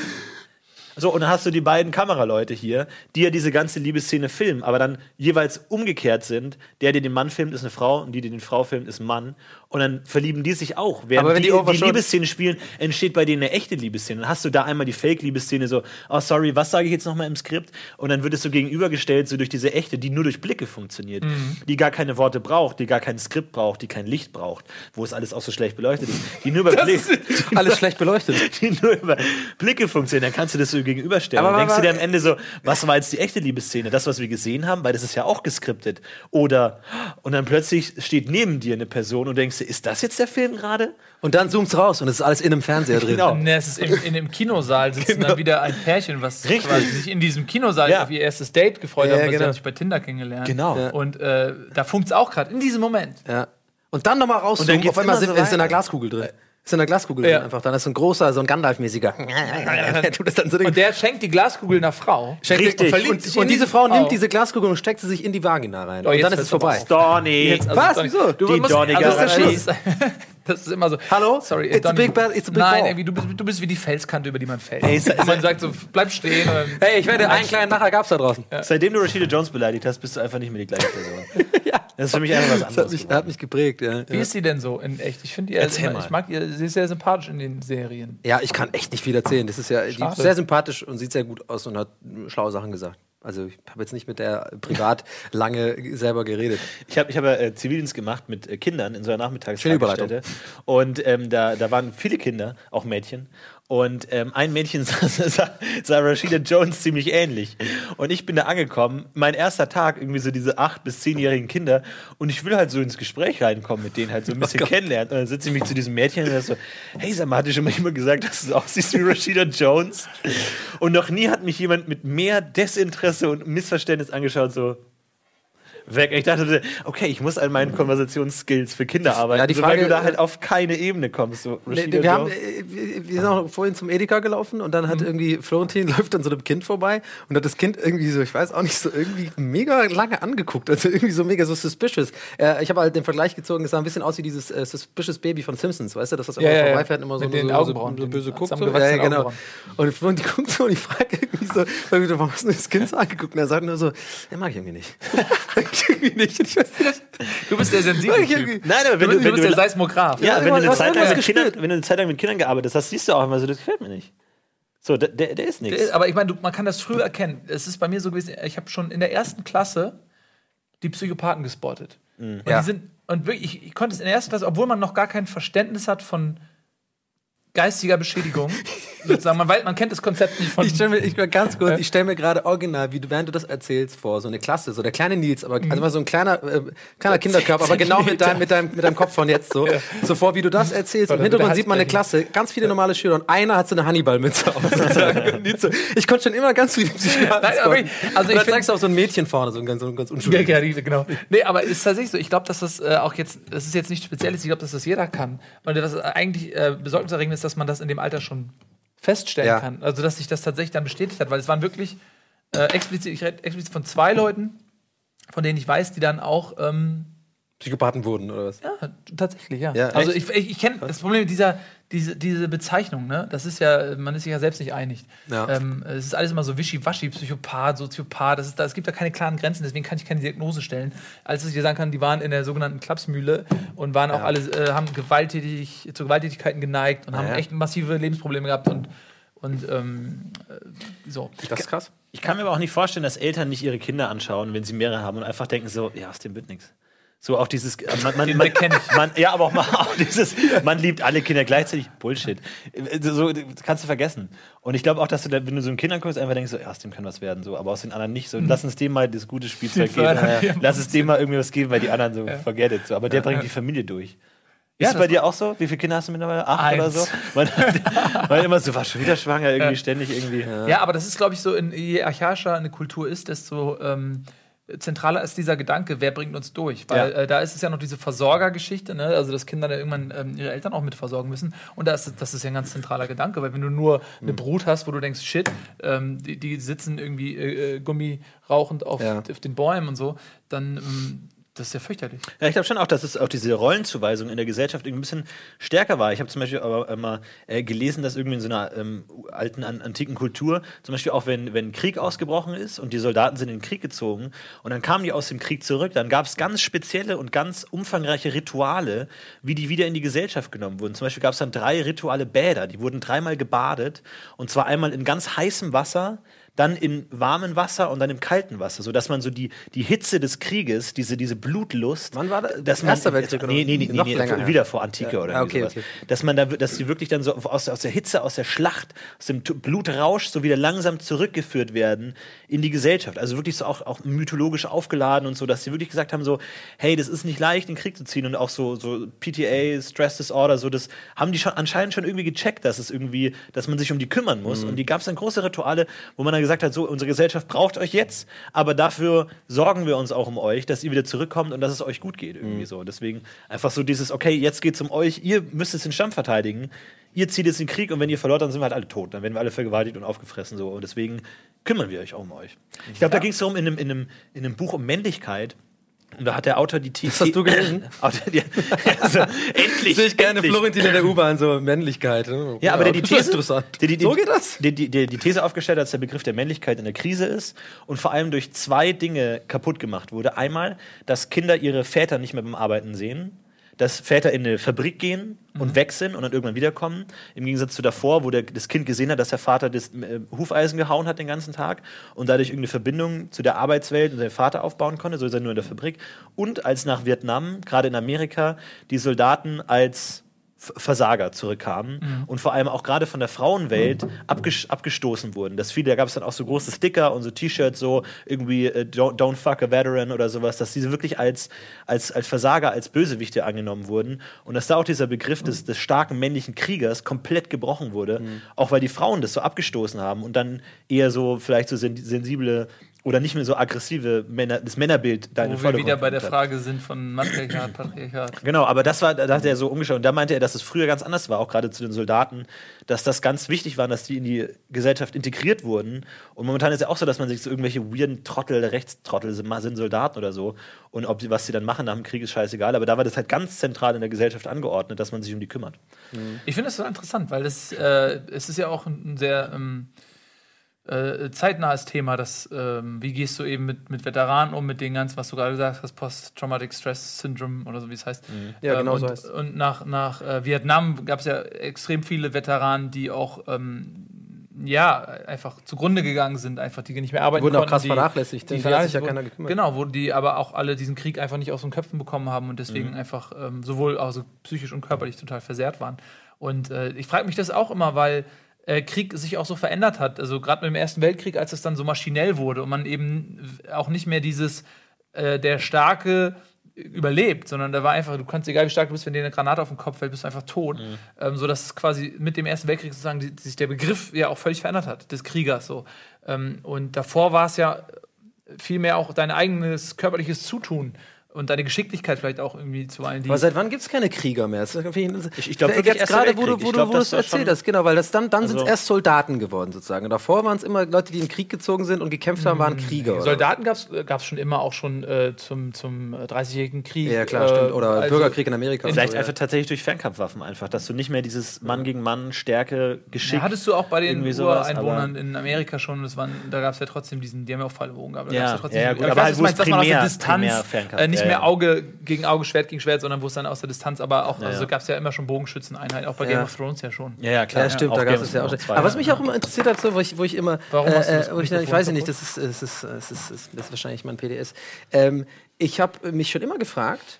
So, und dann hast du die beiden Kameraleute hier, die ja diese ganze Liebesszene filmen, aber dann jeweils umgekehrt sind. Der den Mann filmt, ist eine Frau und die den Frau filmt, ist ein Mann. Und dann verlieben die sich auch. Während aber wenn die Liebesszene spielen, entsteht bei denen eine echte Liebesszene. Dann hast du da einmal die Fake-Liebesszene so, oh sorry, was sage ich jetzt nochmal im Skript? Und dann wird es so gegenübergestellt, so durch diese echte, die nur durch Blicke funktioniert. Die gar keine Worte braucht, die gar kein Skript braucht, die kein Licht braucht, wo es alles auch so schlecht beleuchtet ist. Die nur über Blicke. Alles schlecht beleuchtet. Die nur über Blicke funktionieren. Dann kannst du das so gegenüberstellen. Aber dann denkst du dir am Ende so, was war jetzt die echte Liebesszene? Das, was wir gesehen haben, weil das ist ja auch geskriptet. Oder, und dann plötzlich steht neben dir eine Person und denkst du, ist das jetzt der Film gerade? Und dann zoomt's raus und es ist alles in einem Fernseher drin. Genau. Ne, es ist in dem Kinosaal sitzen dann wieder ein Pärchen, was quasi sich in diesem Kinosaal auf ihr erstes Date gefreut haben, weil sie haben sich bei Tinder kennengelernt. Genau. Ja. Und da funkt's auch gerade, in diesem Moment. Ja. Und dann nochmal rauszoomen, auf einmal ist in der Glaskugel drin. Ist in der Glaskugel drin einfach. Dann ist so ein großer, so ein Gandalf-mäßiger. Der tut das dann so. Und der schenkt die Glaskugel einer Frau. Richtig. Und diese Frau nimmt diese Glaskugel und steckt sie sich in die Vagina rein. Und dann ist es vorbei. Storny. Was? Wieso? Die Dorniger. Das ist immer so. Hallo? Sorry, It's a big ball. Nein, irgendwie, du bist wie die Felskante, über die man fällt. Man sagt so, bleib stehen. Hey, ich werde einen kleinen Nachher gab's da draußen. Seitdem du Rashida Jones beleidigt hast, bist du einfach nicht mehr die gleiche Person. Das ist für mich einfach was anderes. Das hat mich geprägt, ja. Wie ist sie denn so in echt? Ich finde ich mag ihr, sie ist sehr sympathisch in den Serien. Ja, ich kann echt nicht viel erzählen. Das ist ja die ist sehr sympathisch und sieht sehr gut aus und hat schlaue Sachen gesagt. Also ich habe jetzt nicht mit der privat lange selber geredet. Ich hab Zivildienst gemacht mit Kindern in so einer Schöne Überleitung. Nachmittagstagesstätte. Und da waren viele Kinder, auch Mädchen. Und ein Mädchen sah Rashida Jones ziemlich ähnlich. Und ich bin da angekommen, mein erster Tag, irgendwie so diese 8- bis 10-jährigen Kinder. Und ich will halt so ins Gespräch reinkommen mit denen, halt so ein bisschen kennenlernen. Und dann sitze ich mich zu diesem Mädchen und dann so, hey, sag mal, hatte schon mal jemand gesagt, dass du aussiehst wie Rashida Jones? Und noch nie hat mich jemand mit mehr Desinteresse und Missverständnis angeschaut, so, weg. Ich dachte, okay, ich muss an meinen Konversationsskills für Kinder arbeiten, Ja, die Frage, weil du da halt auf keine Ebene kommst. So, wir sind auch vorhin zum Edeka gelaufen und dann hat irgendwie Florentin läuft an so einem Kind vorbei und hat das Kind irgendwie so, ich weiß auch nicht, so irgendwie mega lange angeguckt. Also irgendwie so mega so suspicious. Ich habe halt den Vergleich gezogen, es sah ein bisschen aus wie dieses Suspicious Baby von Simpsons, weißt du, dass das immer vorbeifährt und immer so, so böse guckt. So. Ja, genau. Und die guckt so und ich frage irgendwie so, warum hast du das Kind so angeguckt? Und er sagt nur so, der mag ich irgendwie nicht. irgendwie nicht. Ich weiß nicht. Du bist der sensible Typ. Nein, aber du bist der Seismograph. Ja, wenn du eine Zeit lang mit Kindern gearbeitet hast, siehst du auch immer so, das gefällt mir nicht. So, der ist nichts. Aber ich meine, man kann das früh erkennen. Es ist bei mir so gewesen, ich habe schon in der 1. Klasse die Psychopathen gespottet. Und die sind, und wirklich, ich konnte es in der 1. Klasse, obwohl man noch gar kein Verständnis hat von geistiger Beschädigung, sozusagen, man kennt das Konzept nicht von. Ich stell mir gerade original, während du das erzählst, vor, so eine Klasse, so der kleine Nils, aber also mal so ein kleiner Kinderkörper, aber genau mit deinem Kopf von jetzt so. So vor, wie du das erzählst. Im Hintergrund sieht man eine Klasse, ganz viele normale Schüler und einer hat so eine Hannibal-Mütze auf. Ich konnte schon immer ganz viele Psychiater. Also ich zeigst du auch so ein Mädchen vorne, so ein ganz unschuldig. Ja, genau. Nee, aber es ist tatsächlich so. Ich glaube, dass das auch jetzt, das ist jetzt nicht Spezielles, ich glaube, dass das jeder kann. Weil das eigentlich besorgniserregend ist, dass man das in dem Alter schon feststellen kann. Also, dass sich das tatsächlich dann bestätigt hat. Weil es waren wirklich explizit von 2 Leuten, von denen ich weiß, die dann auch Psychopathen wurden, oder was? Ja, tatsächlich, ja. Also ich kenne das Problem mit diese Bezeichnung, ne? Das ist ja, man ist sich ja selbst nicht einig. Ja. Es ist alles immer so wischiwaschi, Psychopath, Soziopath, es gibt da keine klaren Grenzen, deswegen kann ich keine Diagnose stellen. Als ich dir sagen kann, die waren in der sogenannten Klapsmühle und waren auch alle, haben zu Gewalttätigkeiten geneigt und haben echt massive Lebensprobleme gehabt und so. Das ist krass. Ich kann mir aber auch nicht vorstellen, dass Eltern nicht ihre Kinder anschauen, wenn sie mehrere haben und einfach denken so, ja, aus dem wird nichts. So auch dieses, aber auch dieses, man liebt alle Kinder gleichzeitig, Bullshit. So kannst du vergessen. Und ich glaube auch, dass du, wenn du so einen Kind anguckst, einfach denkst so, ja, aus dem kann was werden, so, aber aus den anderen nicht. So, lass uns dem mal das gute Spielzeug geben. Lass es dem mal irgendwie was geben, weil die anderen so forget it. So. Aber der bringt die Familie durch. Ist es bei dir auch so? Wie viele Kinder hast du mittlerweile? 8 oder so? Man immer so, war schon wieder schwanger, irgendwie ständig irgendwie. Ja, aber das ist, glaube ich, so, je archaischer eine Kultur ist, desto zentraler ist dieser Gedanke, wer bringt uns durch? Weil da ist es ja noch diese Versorgergeschichte, ne? Also dass Kinder dann irgendwann ihre Eltern auch mit versorgen müssen. Und das ist ja ein ganz zentraler Gedanke, weil wenn du nur eine Brut hast, wo du denkst, shit, die sitzen irgendwie Gummi rauchend auf den Bäumen und so, dann das ist ja fürchterlich. Ja, ich glaube schon auch, dass es auch diese Rollenzuweisung in der Gesellschaft irgendwie ein bisschen stärker war. Ich habe zum Beispiel aber immer gelesen, dass irgendwie in so einer alten, antiken Kultur, zum Beispiel auch wenn Krieg ausgebrochen ist und die Soldaten sind in den Krieg gezogen und dann kamen die aus dem Krieg zurück, dann gab es ganz spezielle und ganz umfangreiche Rituale, wie die wieder in die Gesellschaft genommen wurden. Zum Beispiel gab es dann 3 rituale Bäder, die wurden 3-mal gebadet und zwar einmal in ganz heißem Wasser, dann in warmem Wasser und dann im kalten Wasser, sodass man so die Hitze des Krieges, diese Blutlust. Wann war das? Erster Weltkrieg oder? Nee, länger, wieder vor Antike oder sowas. Okay. Dass die wirklich dann so aus der Hitze, aus der Schlacht, aus dem Blutrausch so wieder langsam zurückgeführt werden in die Gesellschaft. Also wirklich so auch mythologisch aufgeladen und so, dass sie wirklich gesagt haben so, hey, das ist nicht leicht, in den Krieg zu ziehen und auch so PTA, Stress Disorder, so, das haben die anscheinend schon irgendwie gecheckt, dass man sich um die kümmern muss. Und die gab es dann große Rituale, wo man dann gesagt hat, so, unsere Gesellschaft braucht euch jetzt, aber dafür sorgen wir uns auch um euch, dass ihr wieder zurückkommt und dass es euch gut geht, irgendwie so. Deswegen einfach so dieses, okay, jetzt geht's um euch, ihr müsst jetzt den Stamm verteidigen, ihr zieht jetzt den Krieg und wenn ihr verloren, dann sind wir halt alle tot, dann werden wir alle vergewaltigt und aufgefressen, so. Und deswegen kümmern wir euch auch um euch. Ich glaube, da ging es darum, in einem Buch um Männlichkeit. Und da hat der Autor die These. Das hast du gelesen? Endlich. Sehe ich gerne Florentin in der U-Bahn, so Männlichkeit. Ja, aber der die These. So geht das? Die These aufgestellt hat, dass der Begriff der Männlichkeit in der Krise ist und vor allem durch 2 Dinge kaputt gemacht wurde. Einmal, dass Kinder ihre Väter nicht mehr beim Arbeiten sehen. Dass Väter in eine Fabrik gehen und weg sind und dann irgendwann wiederkommen. Im Gegensatz zu davor, wo das Kind gesehen hat, dass der Vater das Hufeisen gehauen hat den ganzen Tag und dadurch irgendeine Verbindung zu der Arbeitswelt und seinem Vater aufbauen konnte. So ist er nur in der Fabrik. Und als nach Vietnam, gerade in Amerika, die Soldaten als Versager zurückkamen und vor allem auch gerade von der Frauenwelt abgestoßen wurden. Da gab es dann auch so große Sticker und so T-Shirts, so irgendwie don't fuck a veteran oder sowas, dass diese wirklich als Versager, als Bösewichte angenommen wurden und dass da auch dieser Begriff des starken männlichen Kriegers komplett gebrochen wurde, auch weil die Frauen das so abgestoßen haben und dann eher so vielleicht so sensible oder nicht mehr so aggressive das Männerbild da in den Wo wir Vordergrund wieder bei der hat. Frage sind von Matriarchat, Patriarchat. Genau, aber da hat er so umgeschaut. Und da meinte er, dass es früher ganz anders war, auch gerade zu den Soldaten, dass das ganz wichtig war, dass die in die Gesellschaft integriert wurden. Und momentan ist ja auch so, dass man sich so irgendwelche weirden Trottel, Rechtstrottel sind Soldaten oder so. Und was sie dann machen nach dem Krieg ist scheißegal. Aber da war das halt ganz zentral in der Gesellschaft angeordnet, dass man sich um die kümmert. Ich finde das so interessant, weil es ist ja auch ein sehr zeitnahes Thema, wie gehst du eben mit Veteranen um, mit dem ganzen, was du gerade gesagt hast, Post-Traumatic Stress Syndrome oder so, wie es heißt. Ja, genau so heißt es. Und nach Vietnam gab es ja extrem viele Veteranen, die auch einfach zugrunde gegangen sind, einfach die nicht mehr arbeiten wurden konnten. Auch krass vernachlässigt. Die hat sich ja keiner gekümmert. Genau, wo die aber auch alle diesen Krieg einfach nicht aus den Köpfen bekommen haben und deswegen einfach sowohl also psychisch und körperlich total versehrt waren. Und ich frage mich das auch immer, weil Krieg sich auch so verändert hat. Also gerade mit dem Ersten Weltkrieg, als es dann so maschinell wurde und man eben auch nicht mehr dieses der Starke überlebt, sondern da war einfach, du kannst, egal wie stark du bist, wenn dir eine Granate auf den Kopf fällt, bist du einfach tot. So dass es quasi mit dem Ersten Weltkrieg sozusagen sich der Begriff ja auch völlig verändert hat, des Kriegers. So. Und davor war es ja vielmehr auch dein eigenes körperliches Zutun. Und deine Geschicklichkeit vielleicht auch irgendwie zu allen, die. Aber seit wann gibt es keine Krieger mehr? Ich glaube, jetzt gerade, wo du es erzählt hast, genau, weil dann sind es erst Soldaten geworden, sozusagen. Und davor waren es immer Leute, die in den Krieg gezogen sind und gekämpft haben, waren Krieger. Soldaten gab es schon immer, auch schon zum 30-jährigen Krieg. Ja, klar, stimmt. Oder Bürgerkrieg in Amerika. Vielleicht einfach tatsächlich durch Fernkampfwaffen einfach, dass du nicht mehr dieses Mann gegen Mann, Stärke, Geschick. Ja, hattest du auch bei den Ureinwohnern in Amerika schon, da gab es ja trotzdem die haben ja auch Fallbogen gehabt. Aber halt, wo es primär Distanz, nicht mehr Auge gegen Auge, Schwert gegen Schwert, sondern wo es dann aus der Distanz, aber auch, also gab es ja immer schon Bogenschützeneinheiten, auch bei Game of Thrones ja schon. Ja, klar. Ja, stimmt, da gab es ja auch schon. Aber was mich auch immer interessiert hat, so, wo ich immer, warum hast du das ich weiß nicht, das ist wahrscheinlich mein PDS. Ich habe mich schon immer gefragt,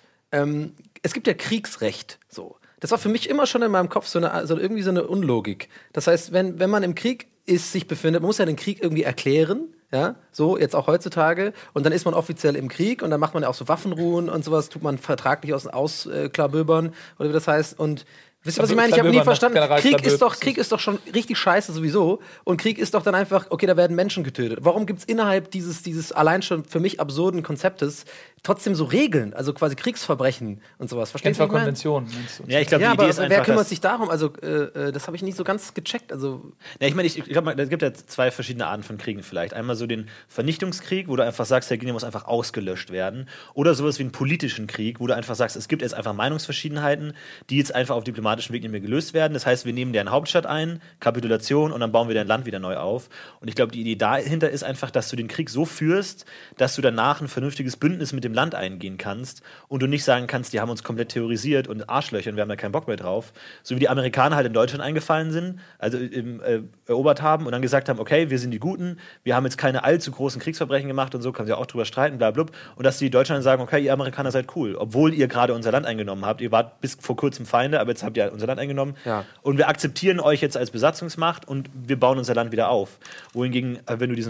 es gibt ja Kriegsrecht, so. Das war für mich immer schon in meinem Kopf irgendwie so eine Unlogik. Das heißt, wenn man im Krieg sich befindet, man muss ja den Krieg irgendwie erklären, ja, so jetzt auch heutzutage, und dann ist man offiziell im Krieg und dann macht man ja auch so Waffenruhen und sowas, tut man vertraglich ausklabübern oder wie das heißt. Und wisst ihr, was ich meine? Ich habe nie verstanden. Krieg ist doch schon richtig scheiße sowieso. Und Krieg ist doch dann einfach, okay, da werden Menschen getötet. Warum gibt es innerhalb dieses allein schon für mich absurden Konzeptes trotzdem so Regeln? Also quasi Kriegsverbrechen und sowas. Verstehst du? Konvention. Ja, ich glaube, die Idee ist einfach, wer kümmert sich darum? Also, das habe ich nicht so ganz gecheckt. Also ja, ich glaube, es gibt ja zwei verschiedene Arten von Kriegen vielleicht. Einmal so den Vernichtungskrieg, wo du einfach sagst, der Gegner muss einfach ausgelöscht werden. Oder sowas wie einen politischen Krieg, wo du einfach sagst, es gibt jetzt einfach Meinungsverschiedenheiten, die jetzt einfach auf diplomatischen Weg nicht mehr gelöst werden. Das heißt, wir nehmen deren Hauptstadt ein, Kapitulation, und dann bauen wir dein Land wieder neu auf. Und ich glaube, die Idee dahinter ist einfach, dass du den Krieg so führst, dass du danach ein vernünftiges Bündnis mit dem Land eingehen kannst und du nicht sagen kannst, die haben uns komplett terrorisiert und Arschlöcher und wir haben da keinen Bock mehr drauf. So wie die Amerikaner halt in Deutschland eingefallen sind, also erobert haben und dann gesagt haben, okay, wir sind die Guten, wir haben jetzt keine allzu großen Kriegsverbrechen gemacht und so, kann sich auch drüber streiten, bla bla. Und dass die Deutschland sagen, okay, ihr Amerikaner seid cool, obwohl ihr gerade unser Land eingenommen habt. Ihr wart bis vor kurzem Feinde, aber jetzt habt ihr unser Land eingenommen. Ja. Und wir akzeptieren euch jetzt als Besatzungsmacht und wir bauen unser Land wieder auf. Wohingegen, wenn du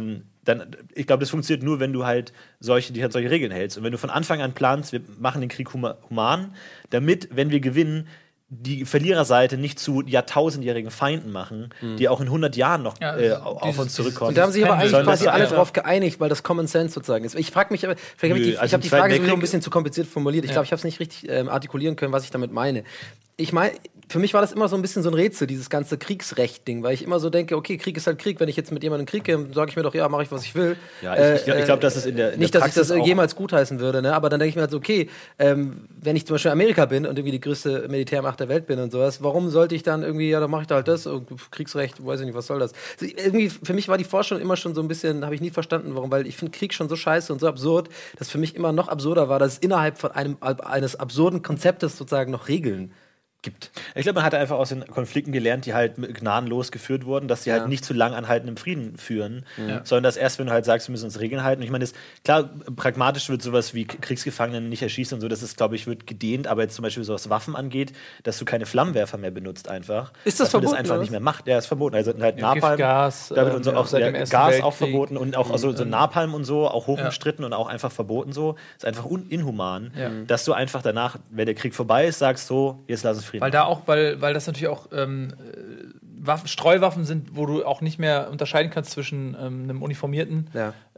ich glaube, das funktioniert nur, wenn du halt solche Regeln hältst. Und wenn du von Anfang an planst, wir machen den Krieg human, damit, wenn wir gewinnen, die Verliererseite nicht zu jahrtausendjährigen Feinden machen, die auch in 100 Jahren noch auf uns zurückkommen. Und da haben sich aber eigentlich quasi alle drauf geeinigt, weil das Common Sense sozusagen ist. Ich frage mich, ich habe die Frage so ein bisschen zu kompliziert formuliert. Ich glaube, ich habe es nicht richtig artikulieren können, was ich damit meine. Ich meine, für mich war das immer so ein bisschen so ein Rätsel, dieses ganze Kriegsrecht-Ding, weil ich immer so denke, okay, Krieg ist halt Krieg. Wenn ich jetzt mit jemandem Krieg gehe, sage ich mir doch, ja, mache ich, was ich will. Ja, ich glaube, das ist in der nicht, dass Praxis ich das jemals gutheißen würde, ne? Aber dann denke ich mir halt so, okay, wenn ich zum Beispiel in Amerika bin und irgendwie die größte Militärmacht der Welt bin und sowas, warum sollte ich dann irgendwie, ja, dann mache ich da halt das, Kriegsrecht, weiß ich nicht, was soll das? Also irgendwie, für mich war die Forschung immer schon so ein bisschen, habe ich nie verstanden, warum, weil ich finde Krieg schon so scheiße und so absurd, dass für mich immer noch absurder war, dass es innerhalb von eines absurden Konzeptes sozusagen noch Regeln gibt. Ich glaube, man hat einfach aus den Konflikten gelernt, die halt gnadenlos geführt wurden, dass sie halt nicht zu lang anhaltendem Frieden führen, sondern dass erst, wenn du halt sagst, wir müssen uns Regeln halten. Und ich meine, klar, pragmatisch wird sowas wie Kriegsgefangenen nicht erschießen und so, das ist, glaube ich, wird gedehnt, aber jetzt zum Beispiel so was Waffen angeht, dass du keine Flammenwerfer mehr benutzt einfach. Ist das verboten? Das einfach nicht mehr macht. Ja, ist verboten. Also halt Napalm, Gas, da wird auch Gas auch verboten und auch so Napalm und so, auch hoch umstritten und auch einfach verboten so. Ist einfach inhuman, dass du einfach danach, wenn der Krieg vorbei ist, sagst so, jetzt lass uns Frieden. Weil das natürlich auch Streuwaffen sind, wo du auch nicht mehr unterscheiden kannst zwischen einem uniformierten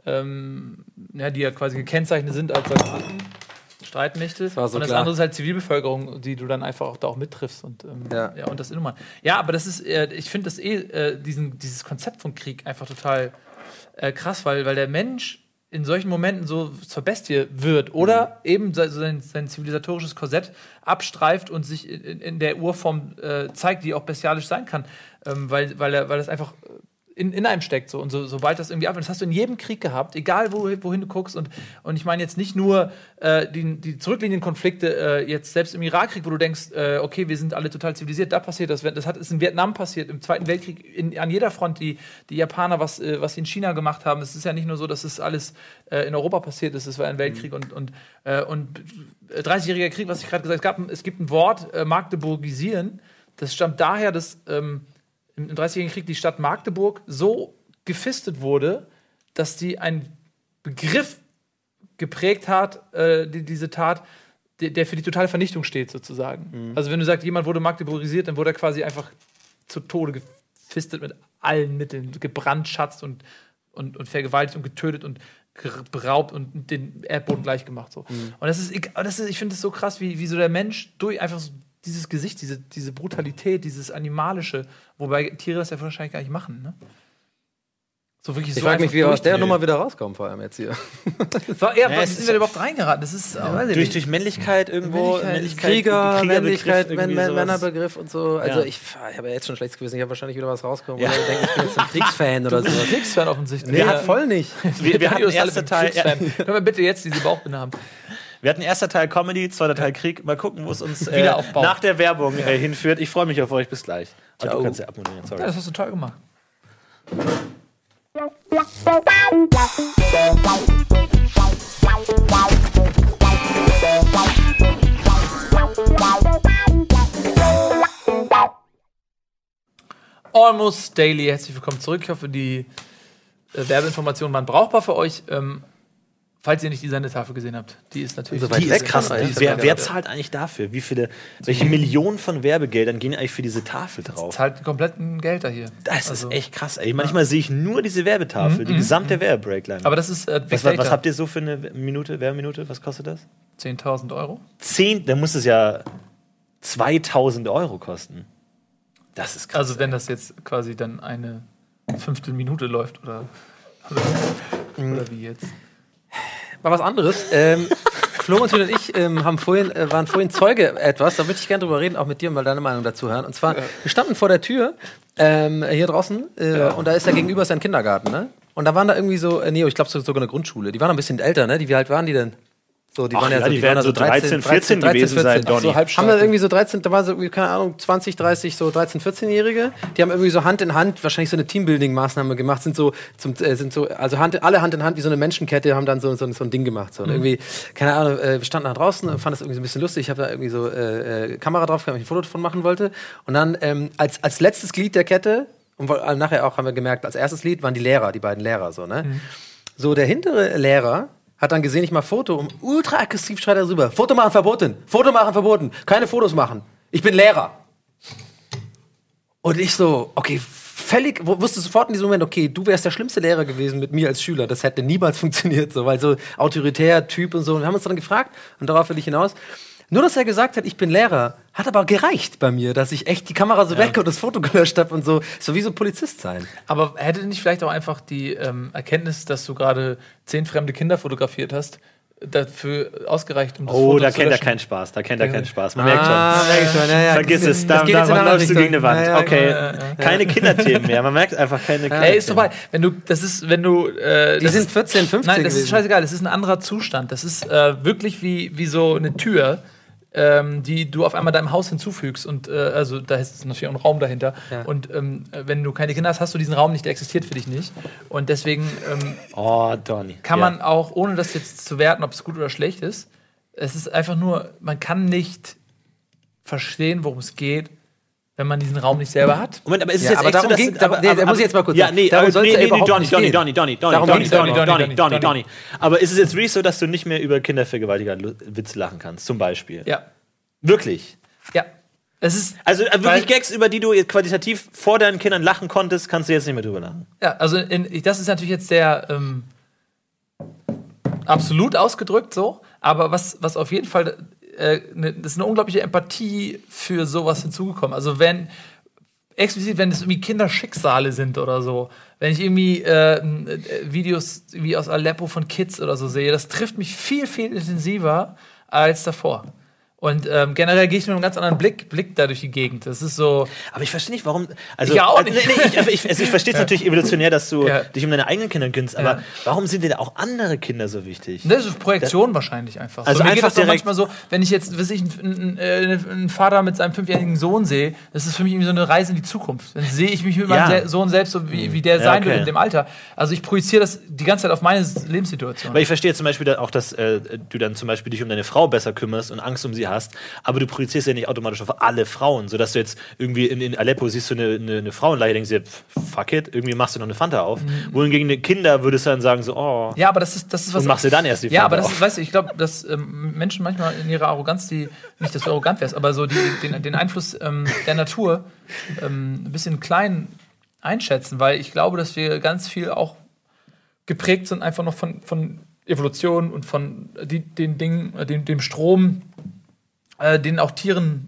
die ja quasi gekennzeichnet sind als Soldaten, Streitmächte. Das war so und das klar. andere ist halt Zivilbevölkerung, die du dann einfach auch da auch mittriffst. Und, und das Nummer. Ja, aber das ist, ich finde das dieses Konzept von Krieg einfach total krass, weil der Mensch in solchen Momenten so zur Bestie wird oder eben sein zivilisatorisches Korsett abstreift und sich in der Urform zeigt, die auch bestialisch sein kann, weil das einfach in einem steckt. So. Und sobald das irgendwie abwirkt, das hast du in jedem Krieg gehabt, egal wohin du guckst. Und ich meine jetzt nicht nur die zurückliegenden Konflikte, jetzt selbst im Irakkrieg, wo du denkst, okay, wir sind alle total zivilisiert, da passiert das. Das ist in Vietnam passiert, im Zweiten Weltkrieg, an jeder Front, die Japaner, was sie in China gemacht haben. Es ist ja nicht nur so, dass es alles in Europa passiert ist, es war ein Weltkrieg und 30-jähriger Krieg, was ich gerade gesagt habe, es gibt ein Wort, Magdeburgisieren, das stammt daher, dass im 30-jährigen Krieg die Stadt Magdeburg so gefistet wurde, dass die einen Begriff geprägt hat, diese Tat, der für die totale Vernichtung steht, sozusagen. Also wenn du sagst, jemand wurde magdeburgisiert, dann wurde er quasi einfach zu Tode gefistet mit allen Mitteln, gebrandschatzt und vergewaltigt und getötet und beraubt und den Erdboden gleich gemacht. So. Und ich finde es so krass, wie so der Mensch durch einfach so dieses Gesicht, diese Brutalität, dieses Animalische, wobei Tiere das ja wahrscheinlich gar nicht machen, ne? So wirklich Ich frage mich, wie wir aus der Nummer wieder rauskommen, vor allem jetzt hier. Was sind wir überhaupt reingeraten? Das ist durch Männlichkeit irgendwo. Krieger, Männlichkeit, Männerbegriff Männerbegriff und so. Also ich habe ja jetzt schon schlechtes Gewissen. Ich habe wahrscheinlich wieder was rausgekommen. Oder ich denke, ich bin jetzt ein Kriegsfan oder so. Kriegsfan offensichtlich. Nee, voll nicht. Wir hatten erster Teil. Können wir bitte jetzt diese Bauchbinde haben? Wir hatten erster Teil Comedy, zweiter Teil Krieg. Mal gucken, wo es uns nach der Werbung hinführt. Ich freue mich auf euch. Bis gleich. Und du kannst ja abmoderieren. Sorry. Ja, das hast du toll gemacht. Almost Daily, herzlich willkommen zurück. Ich hoffe, die Werbeinformationen waren brauchbar für euch. Falls ihr nicht die Sendetafel gesehen habt, die ist natürlich die ist krass. Wer zahlt eigentlich dafür? Welche Millionen von Werbegeldern gehen eigentlich für diese Tafel drauf? Zahlt kompletten Geld da hier. Das ist echt krass, ey. Manchmal sehe ich nur diese Werbetafel, die gesamte Werbebreakline. Aber das ist was habt ihr so für eine Werbeminute? Was kostet das? 10.000 Euro. Dann muss es ja 2.000 Euro kosten. Das ist krass. Also wenn das jetzt quasi dann eine 15 Minute läuft oder wie jetzt. Mal was anderes. Florentin und ich waren vorhin Zeuge etwas, da würde ich gerne drüber reden, auch mit dir, und mal deine Meinung dazu hören. Und zwar, wir standen vor der Tür, hier draußen, und da ist ja gegenüber sein Kindergarten, ne? Und da waren da irgendwie so, ich glaube sogar eine Grundschule, die waren ein bisschen älter, ne? Wie alt waren die denn? So, die waren so 13, 14 gewesen sein, Donny. So haben da irgendwie so 13, da war so, keine Ahnung, 20, 30, so 13, 14-Jährige. Die haben irgendwie so Hand in Hand wahrscheinlich so eine Teambuilding-Maßnahme gemacht, alle Hand in Hand wie so eine Menschenkette, haben dann so ein Ding gemacht. So. Und irgendwie, keine Ahnung, wir standen da draußen und fanden das irgendwie so ein bisschen lustig. Ich habe da irgendwie so Kamera drauf, weil ich ein Foto davon machen wollte. Und dann als letztes Glied der Kette, und nachher auch haben wir gemerkt, als erstes Lied waren die beiden Lehrer, so, ne? So, der hintere Lehrer hat dann gesehen, ich mach Foto und ultra aggressiv schreit er rüber. Foto machen verboten. Keine Fotos machen. Ich bin Lehrer. Und ich so, okay, wusste sofort in diesem Moment, okay, du wärst der schlimmste Lehrer gewesen mit mir als Schüler. Das hätte niemals funktioniert, so, weil so autoritär Typ und so. Und wir haben uns dann gefragt, und darauf will ich hinaus, nur, dass er gesagt hat, ich bin Lehrer, hat aber gereicht bei mir, dass ich echt die Kamera so weg und das Foto gelöscht habe und so wie so ein Polizist sein. Aber hätte nicht vielleicht auch einfach die Erkenntnis, dass du gerade 10 fremde Kinder fotografiert hast, dafür ausgereicht, um das Foto zu löschen? Da kennt er keinen Spaß. Man merkt schon. Vergiss es, da läufst du gegen eine Wand. Okay, keine Kinderthemen mehr. Man merkt einfach keine Kinderthemen. Ey, ist vorbei. Wenn du die sind 14, 15 Nein, das gewesen. ist scheißegal. Das ist ein anderer Zustand. Das ist wirklich wie so eine Tür, die du auf einmal deinem Haus hinzufügst. Und also da ist natürlich auch ein Raum dahinter. Ja. Und wenn du keine Kinder hast, hast du diesen Raum nicht, der existiert für dich nicht. Und deswegen kann man auch, ohne das jetzt zu werten, ob es gut oder schlecht ist, es ist einfach nur, man kann nicht verstehen, worum es geht, wenn man diesen Raum nicht selber hat. Moment, aber ist es jetzt echt darum so, dass muss ich jetzt mal kurz sagen. Donny. Aber ist es jetzt wirklich so, dass du nicht mehr über Kindervergewaltiger-Witze lachen kannst, zum Beispiel? Ja. Wirklich? Ja. Es ist also wirklich Gags, über die du qualitativ vor deinen Kindern lachen konntest, kannst du jetzt nicht mehr drüber lachen? Ja, also das ist natürlich jetzt sehr absolut ausgedrückt so. Aber was auf jeden Fall, das ist eine unglaubliche Empathie für sowas hinzugekommen. Also explizit, wenn es irgendwie Kinderschicksale sind oder so. Wenn ich irgendwie Videos wie aus Aleppo von Kids oder so sehe, das trifft mich viel, viel intensiver als davor. Und generell gehe ich mit einem ganz anderen Blick da durch die Gegend. Das ist so. Aber ich verstehe nicht, warum. Also, ich auch nicht. Ich verstehe es natürlich evolutionär, dass du dich um deine eigenen Kinder kümmerst, aber warum sind dir da auch andere Kinder so wichtig? Das ist Projektion wahrscheinlich einfach. Also mir einfach geht das manchmal so, wenn ich jetzt einen Vater mit seinem 5-jährigen Sohn sehe, das ist für mich irgendwie so eine Reise in die Zukunft. Dann sehe ich mich mit meinem Sohn selbst, so wie der sein wird in dem Alter. Also ich projiziere das die ganze Zeit auf meine Lebenssituation. Weil ich verstehe zum Beispiel auch, dass du dann zum Beispiel dich um deine Frau besser kümmerst und Angst um sie hast, aber du projizierst ja nicht automatisch auf alle Frauen, sodass du jetzt irgendwie in Aleppo siehst du eine Frauenleiche, denkst dir, fuck it, irgendwie machst du noch eine Fanta auf. Wohingegen die Kinder würdest du dann sagen so, oh. Ja, aber das ist was. Und machst du dann erst die Fanta Ja, aber das auf. ist, weißt du, ich glaube, dass Menschen manchmal in ihrer Arroganz, nicht, dass du arrogant wärst, aber so den Einfluss der Natur ein bisschen klein einschätzen, weil ich glaube, dass wir ganz viel auch geprägt sind einfach noch von Evolution und von den Dingen, dem Strom, denen auch Tiere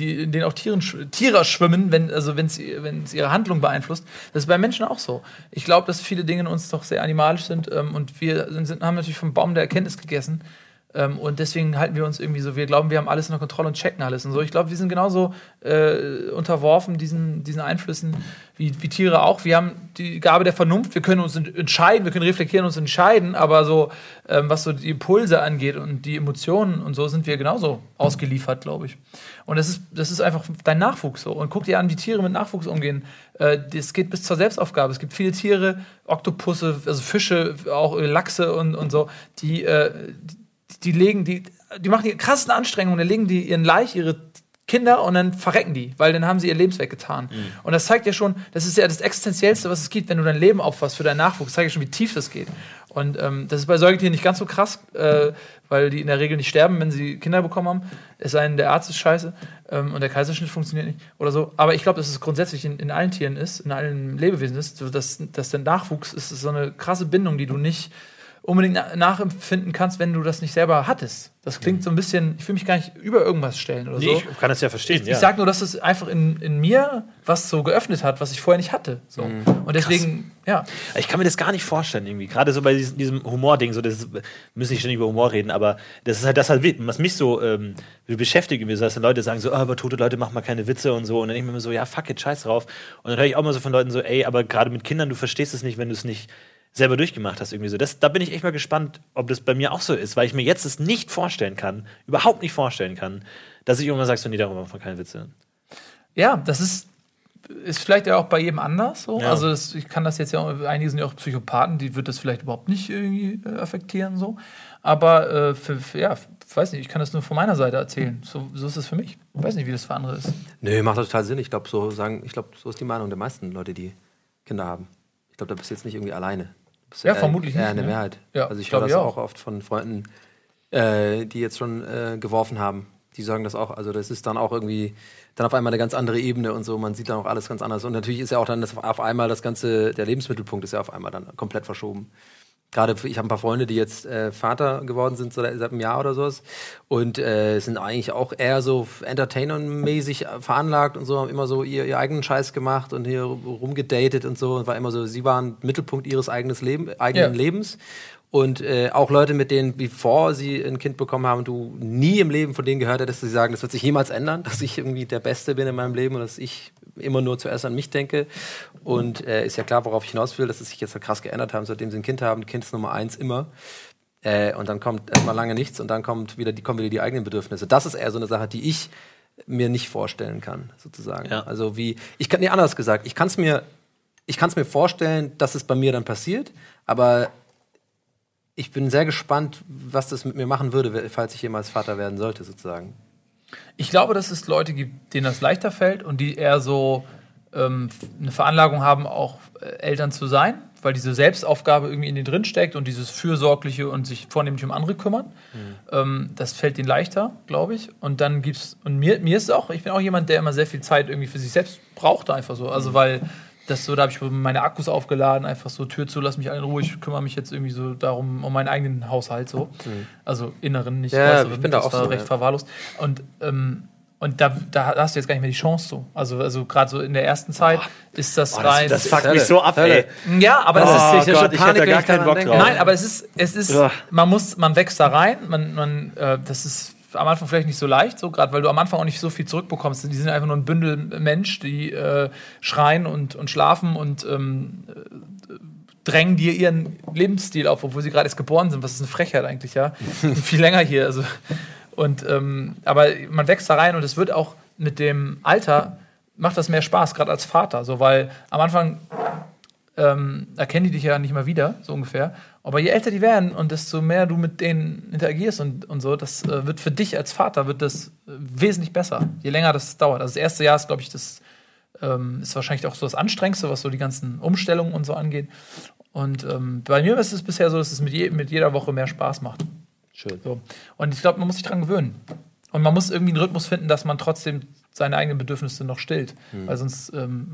schwimmen, wenn es ihre Handlung beeinflusst. Das ist bei Menschen auch so. Ich glaube, dass viele Dinge in uns doch sehr animalisch sind und wir haben natürlich vom Baum der Erkenntnis gegessen. Und deswegen halten wir uns irgendwie so, wir glauben, wir haben alles unter Kontrolle und checken alles und so. Ich glaube, wir sind genauso unterworfen diesen Einflüssen wie Tiere auch. Wir haben die Gabe der Vernunft, wir können uns entscheiden, wir können reflektieren und uns entscheiden, aber so, was so die Impulse angeht und die Emotionen und so, sind wir genauso ausgeliefert, glaube ich. Und das ist einfach dein Nachwuchs so. Und guck dir an, wie Tiere mit Nachwuchs umgehen. Das geht bis zur Selbstaufgabe. Es gibt viele Tiere, Oktopusse, also Fische, auch Lachse und so, die machen die krassesten Anstrengungen, dann legen die ihren Laich, ihre Kinder und dann verrecken die, weil dann haben sie ihr Lebenswerk getan. Und das zeigt ja schon, das ist ja das Existenziellste, was es gibt, wenn du dein Leben opferst für deinen Nachwuchs. Das zeigt ja schon, wie tief das geht. Und das ist bei Säugetieren nicht ganz so krass, weil die in der Regel nicht sterben, wenn sie Kinder bekommen haben. Es sei denn, der Arzt ist scheiße und der Kaiserschnitt funktioniert nicht oder so. Aber ich glaube, dass es grundsätzlich in allen Tieren ist, in allen Lebewesen ist, dass der Nachwuchs ist so eine krasse Bindung, die du nicht unbedingt nachempfinden kannst, wenn du das nicht selber hattest. Das klingt so ein bisschen, ich will mich gar nicht über irgendwas stellen oder so. Ich kann das ja verstehen. Ich sag nur, dass es einfach in mir was so geöffnet hat, was ich vorher nicht hatte. So. Und deswegen, krass. Ich kann mir das gar nicht vorstellen irgendwie. Gerade so bei diesem Humor-Ding, so, das müssen nicht ständig über Humor reden, aber das ist halt das, was mich so beschäftigt. So, dass dann Leute sagen so, aber tote Leute, mach mal keine Witze und so. Und dann denke ich mir immer so, ja, fuck it, scheiß drauf. Und dann höre ich auch mal so von Leuten so, ey, aber gerade mit Kindern, du verstehst es nicht, wenn du es nicht selber durchgemacht hast irgendwie so. Da bin ich echt mal gespannt, ob das bei mir auch so ist, weil ich mir jetzt es nicht vorstellen kann, überhaupt nicht vorstellen kann, dass ich irgendwann sage, so, nee, darüber macht man keine Witze. Ja, das ist vielleicht ja auch bei jedem anders so. Ja. Also ich kann das jetzt ja, einige sind ja auch Psychopathen, die wird das vielleicht überhaupt nicht irgendwie affektieren so. Aber weiß nicht, ich kann das nur von meiner Seite erzählen. So ist es für mich. Ich weiß nicht, wie das für andere ist. Nö, macht total Sinn. Ich glaube, so ist die Meinung der meisten Leute, die Kinder haben. Ich glaube, da bist du jetzt nicht irgendwie alleine. Ja, vermutlich eher nicht. eine Mehrheit. Ja, also ich höre das auch oft von Freunden, die jetzt schon geworfen haben. Die sagen das auch. Also das ist dann auch irgendwie dann auf einmal eine ganz andere Ebene und so. Man sieht dann auch alles ganz anders. Und natürlich ist ja auch dann auf einmal das Ganze, der Lebensmittelpunkt ist ja auf einmal dann komplett verschoben. Gerade ich habe ein paar Freunde, die jetzt Vater geworden sind seit einem Jahr oder sowas und sind eigentlich auch eher so Entertainer-mäßig veranlagt und so, haben immer so ihr eigenen Scheiß gemacht und hier rumgedatet und so und war immer so, sie waren Mittelpunkt ihres eigenen Lebens und auch Leute, mit denen, bevor sie ein Kind bekommen haben, du nie im Leben von denen gehört hättest, dass sie sagen, das wird sich jemals ändern, dass ich irgendwie der Beste bin in meinem Leben und dass ich immer nur zuerst an mich denke. Und ist ja klar, worauf ich hinaus will, dass es sich jetzt krass geändert haben, seitdem sie ein Kind haben. Kind ist Nummer 1 immer. Und dann kommt erstmal lange nichts und dann kommen wieder die eigenen Bedürfnisse. Das ist eher so eine Sache, die ich mir nicht vorstellen kann, sozusagen. Ja. Also anders gesagt, ich kann es mir vorstellen, dass es bei mir dann passiert, aber ich bin sehr gespannt, was das mit mir machen würde, falls ich jemals Vater werden sollte, sozusagen. Ich glaube, dass es Leute gibt, denen das leichter fällt und die eher so eine Veranlagung haben, auch Eltern zu sein, weil diese Selbstaufgabe irgendwie in denen drin steckt und dieses Fürsorgliche und sich vornehmlich um andere kümmern. Das fällt denen leichter, glaube ich. Und dann gibt's, und mir ist es auch, ich bin auch jemand, der immer sehr viel Zeit irgendwie für sich selbst braucht, einfach so. Also weil da habe ich meine Akkus aufgeladen, einfach so Tür zu, lass mich alle in Ruhe, ich kümmere mich jetzt irgendwie so darum, um meinen eigenen Haushalt so. Also inneren, nicht äußeren. Ich bin da auch so recht verwahrlost. Und da hast du jetzt gar nicht mehr die Chance so. Also gerade so in der ersten Zeit ist das rein. Das fuckt mich so ab, ey. Ja, aber das ist Gott, ich hätte da gar keinen Bock drauf. Nein, aber es ist man wächst da rein, das ist am Anfang vielleicht nicht so leicht, so gerade weil du am Anfang auch nicht so viel zurückbekommst. Die sind einfach nur ein Bündel Mensch, die schreien und schlafen und drängen dir ihren Lebensstil auf, obwohl sie gerade erst geboren sind. Was ist eine Frechheit eigentlich, ja? Viel länger hier, also. Und, aber man wächst da rein und es wird auch mit dem Alter, macht das mehr Spaß, gerade als Vater. So, weil am Anfang erkennen die dich ja nicht mal wieder, so ungefähr. Aber je älter die werden und desto mehr du mit denen interagierst und so, das wird für dich als Vater wird das wesentlich besser, je länger das dauert. Also das erste Jahr ist, glaube ich, das ist wahrscheinlich auch so das Anstrengendste, was so die ganzen Umstellungen und so angeht. Und bei mir ist es bisher so, dass es mit jeder Woche mehr Spaß macht. Schön. So. Und ich glaube, man muss sich dran gewöhnen. Und man muss irgendwie einen Rhythmus finden, dass man trotzdem seine eigenen Bedürfnisse noch stillt. Weil sonst,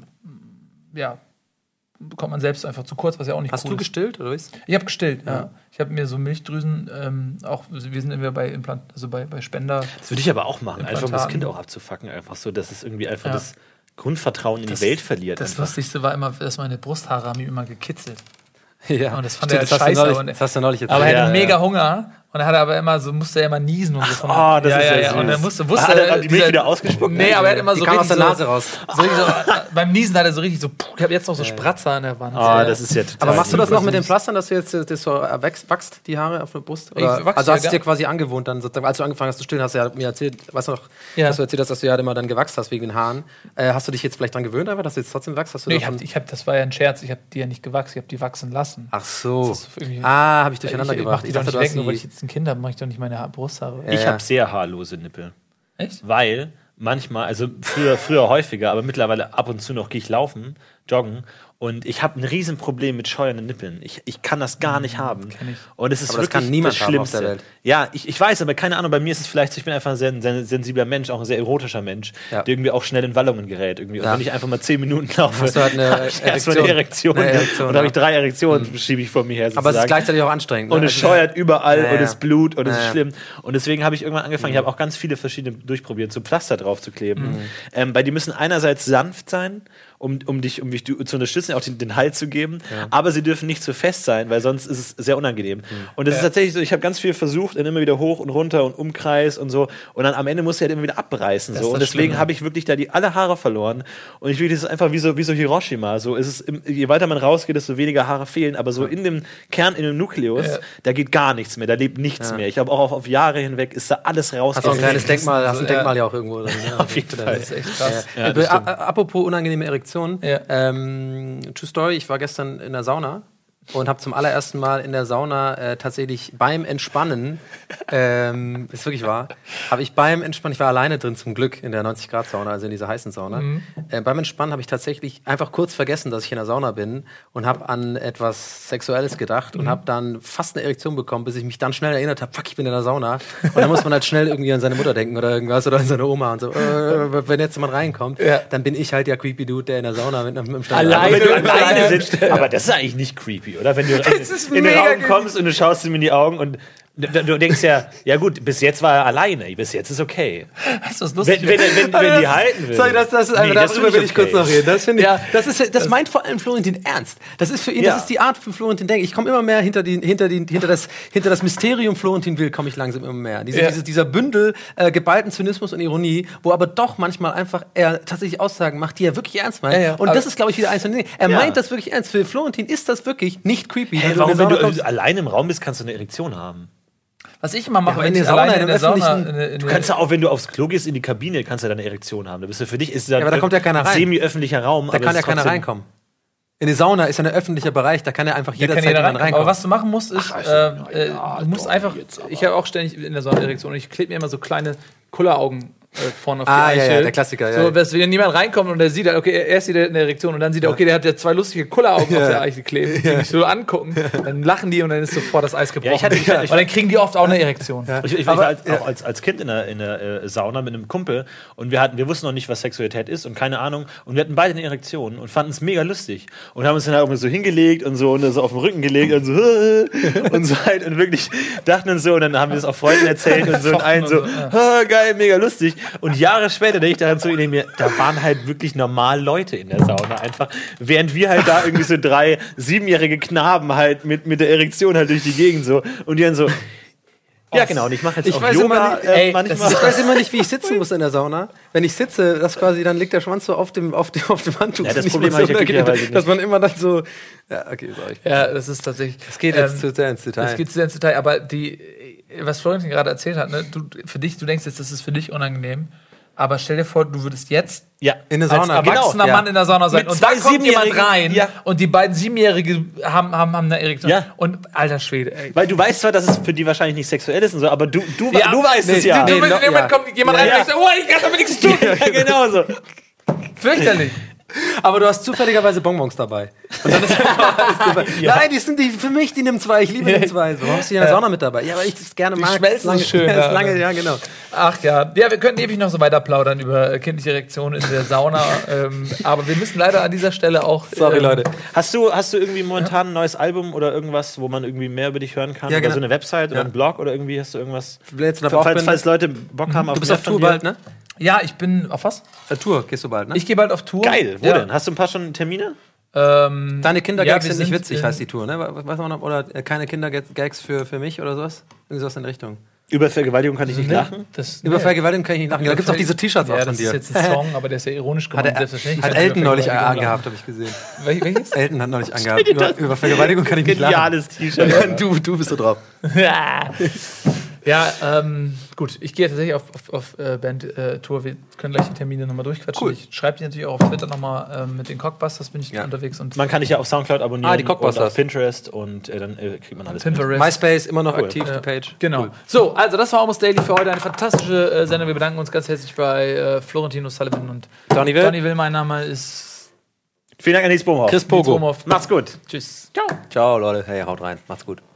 kommt man selbst einfach zu kurz, was ja auch nicht cool ist. Hast du gestillt, oder was? Ich habe gestillt, ja. Ich habe mir so Milchdrüsen, auch, wir sind immer bei bei Spender. Das würde ich aber auch machen, einfach um das Kind auch abzufacken. Einfach so, dass es irgendwie einfach das Grundvertrauen in die Welt verliert. Das Lustigste war immer, dass meine Brusthaare haben mich immer gekitzelt. Ja. Und das fand er halt scheiße. Das hast du neulich erzählt. Aber er hatte mega Hunger. Und er hatte aber immer so, musste er immer niesen und so. Das ist ja süß. Und er wusste hat die Milch wieder ausgespuckt? Nee, aber er hat immer so die kam richtig aus der Nase raus. Beim Niesen hat er so richtig so, ich habe jetzt noch so Spratzer an der Wand. Das ist ja total. Aber machst du das noch mit den Pflastern, dass du jetzt das so wachst, die Haare auf der Brust? Oder? Also hast du es dir quasi angewohnt, dann sozusagen, als du angefangen hast zu stillen, hast du ja mir erzählt, weißt du noch, dass du erzählt hast, dass du ja immer dann gewachst hast wegen den Haaren. Hast du dich jetzt vielleicht dran gewöhnt, aber dass du jetzt trotzdem wachst? Nee, das war ja ein Scherz, ich habe die ja nicht gewachsen, ich habe die wachsen lassen. Ach so. Habe ich durcheinander gebracht. Ich dachte, weg, nur weil ich jetzt ein Kind habe, mache ich doch nicht meine Brusthaare. Ich habe sehr haarlose Nippel. Echt? Weil manchmal, also früher häufiger, aber mittlerweile ab und zu noch gehe ich laufen, joggen. Und ich habe ein Riesenproblem mit scheuernden Nippeln. Ich kann das gar nicht haben. Und es ist aber wirklich das kann niemand das Schlimmste. Haben auf der Welt. Ja, ich weiß, aber keine Ahnung, bei mir ist es vielleicht, ich bin einfach ein sehr sensibler Mensch, auch ein sehr erotischer Mensch, der irgendwie auch schnell in Wallungen gerät. Irgendwie. Und wenn ich einfach mal 10 Minuten laufe, hast du halt eine Erektion. Und dann habe ich 3 Erektionen, schiebe ich vor mir her. Aber es ist gleichzeitig auch anstrengend. Ne? Und es scheuert überall und es blut und es ist schlimm. Und deswegen habe ich irgendwann angefangen, ich habe auch ganz viele verschiedene durchprobiert, so Pflaster drauf zu kleben. Weil die müssen einerseits sanft sein, um dich zu unterstützen, auch den Halt zu geben. Ja. Aber sie dürfen nicht zu fest sein, weil sonst ist es sehr unangenehm. Und es ist tatsächlich so, ich habe ganz viel versucht, dann immer wieder hoch und runter und Umkreis und so. Und dann am Ende musst du halt immer wieder abreißen. So. Und deswegen habe ich wirklich da alle Haare verloren. Und ich wirklich, das ist einfach wie so Hiroshima. So ist es, je weiter man rausgeht, desto weniger Haare fehlen. Aber so in dem Kern, in dem Nukleus, da geht gar nichts mehr, da lebt nichts mehr. Ich habe auch auf Jahre hinweg ist da alles raus. Hast du ein kleines Denkmal, hast ein Denkmal ja auch irgendwo drin. Auf jeden Fall. Das ist echt krass. Apropos unangenehme Erektion. True Story, ich war gestern in der Sauna und habe zum allerersten Mal in der Sauna tatsächlich beim Entspannen, ist wirklich wahr, habe ich beim Entspannen, ich war alleine drin zum Glück in der 90-Grad-Sauna, also in dieser heißen Sauna, beim Entspannen habe ich tatsächlich einfach kurz vergessen, dass ich in der Sauna bin und habe an etwas Sexuelles gedacht und habe dann fast eine Erektion bekommen, bis ich mich dann schnell erinnert habe, fuck, ich bin in der Sauna. Und dann muss man halt schnell irgendwie an seine Mutter denken oder irgendwas oder an seine Oma und so, wenn jetzt jemand reinkommt, dann bin ich halt der creepy Dude, der in der Sauna mit einem Stand alleine sitzt. Aber das ist eigentlich nicht creepy, oder? Wenn du in den Raum kommst und du schaust ihm in die Augen und du denkst ja gut, bis jetzt war er alleine, bis jetzt ist okay. Das ist lustig. Wenn die halten will. Sorry, darüber will ich kurz noch reden. Das finde ich, das meint vor allem Florentin ernst. Das ist für ihn, das ist die Art für Florentin denkt. Ich komme immer mehr hinter das Mysterium Florentin Will, komme ich langsam immer mehr. Dieser Bündel geballten Zynismus und Ironie, wo aber doch manchmal einfach er tatsächlich Aussagen macht, die er wirklich ernst meint. Und das ist, glaube ich, wieder eins von den Dingen. Er meint das wirklich ernst. Für Florentin ist das wirklich nicht creepy. Hey, warum, wenn du alleine im Raum bist, kannst du eine Erektion haben? Was ich immer mache, wenn ich alleine in der Sauna... Du kannst ja auch, wenn du aufs Klo gehst, in die Kabine, kannst du dann eine Erektion haben. Für dich ist aber da kommt ja keiner rein. Semi-öffentlicher Raum. Da kann ja keiner reinkommen. In die Sauna ist ja ein öffentlicher Bereich, da kann ja einfach jederzeit reinkommen. Aber was du machen musst, ist, du musst einfach... Ich habe auch ständig in der Sauna Erektion und ich klebe mir immer so kleine Kulleraugen vorne auf die Eichel. Ja, der Klassiker. So, dass wenn jemand reinkommt und der sieht, okay, erst sieht er eine Erektion und dann sieht er, okay, der hat ja 2 lustige Kulleraugen auf der Eichel kleben, die mich so angucken. Dann lachen die und dann ist sofort das Eis gebrochen. Und dann kriegen die oft auch eine Erektion. Ja. Ich war auch als Kind in der Sauna mit einem Kumpel und wir wussten noch nicht, was Sexualität ist und keine Ahnung. Und wir hatten beide eine Erektion und fanden es mega lustig. Und haben uns dann halt irgendwie so hingelegt und so auf den Rücken gelegt und so und so halt und wirklich dachten uns so und dann haben wir das auch Freunden erzählt und so und allen so, geil, mega lustig. Und Jahre später denke ich daran so, da waren halt wirklich normal Leute in der Sauna einfach, während wir halt da irgendwie so 3 7-jährige Knaben halt mit der Erektion halt durch die Gegend so und die dann so, ja genau, und ich mache jetzt auch Yoga manchmal. Ich weiß immer nicht, wie ich sitzen muss in der Sauna. Wenn ich sitze, dann liegt der Schwanz so auf dem Handtuch. Ja, das Problem habe ich glücklicherweise nicht. Dass man immer dann so, ja, okay, sag ich. Ja, das ist tatsächlich. Es geht jetzt zu sehr ins Detail. Es geht zu sehr ins Detail, aber was Florentin gerade erzählt hat, ne, du denkst jetzt, das ist für dich unangenehm. Aber stell dir vor, du würdest jetzt in der Sauna als erwachsener Mann in der Sauna sein. Mit und da kommt jemand rein ja. und die beiden 7-Jährigen haben eine Erektion. Ja. Und alter Schwede, ey. Weil du weißt zwar, dass es für die wahrscheinlich nicht sexuell ist und so, aber du weißt es ja. In dem Moment kommt jemand rein und sagt, ich kann damit nichts tun. Ja, genau so. Fürchterlich. Aber du hast zufälligerweise Bonbons dabei. Und dann ist Nein, die sind für mich, die nehmen 2. Ich liebe die 2. So, warum hast du die in der Sauna mit dabei? Ja, weil ich das gerne mag. Die schmelzen lange, schön. Ja, genau. Ach ja. Ja, wir könnten ewig noch so weiter plaudern über kindliche Erektionen in der Sauna. Aber wir müssen leider an dieser Stelle auch... Sorry, Leute. Hast du irgendwie momentan ein neues Album oder irgendwas, wo man irgendwie mehr über dich hören kann? Ja, oder genau. so eine Website oder ein Blog oder irgendwie hast du irgendwas? Falls Leute Bock haben auf Du bist auf Tour bald, ne? Ja, ich bin... Auf was? Tour gehst du bald, ne? Ich gehe bald auf Tour. Geil. Wo denn? Hast du ein paar schon Termine? Deine Kindergags sind nicht sind witzig, heißt die Tour, ne? Weiß man noch? Oder keine Kindergags für mich oder sowas? Irgendwie sowas in der Richtung. Über Vergewaltigung kann ich nicht lachen. Über Vergewaltigung kann ich nicht lachen. Da gibt es auch diese T-Shirts auch von dir. Das ist jetzt ein Song, aber der ist ja ironisch gemeint. Hat Elton neulich angehabt, habe ich gesehen. Welches? Elton hat neulich angehabt. Über Vergewaltigung kann ich nicht lachen. Geniales T-Shirt. Du bist so drauf. Ja, gut. Ich gehe tatsächlich auf Band-Tour. Wir können gleich die Termine nochmal durchquatschen. Cool. Ich schreibe die natürlich auch auf Twitter nochmal mit den Cockbusters bin ich unterwegs. Und man kann dich ja auf Soundcloud abonnieren. Die Cockbusters. Und auf Pinterest und dann kriegt man alles Pinterest. MySpace immer noch aktiv, die Page. Genau. Cool. So, also das war Almost Daily für heute. Eine fantastische Sendung. Wir bedanken uns ganz herzlich bei Florentin O'Sullivan und Donny Will. Donny Will, mein Name ist... Vielen Dank an Nils Bohmhoff. Chris Pogo. Macht's gut. Tschüss. Ciao, Leute. Hey, haut rein. Macht's gut.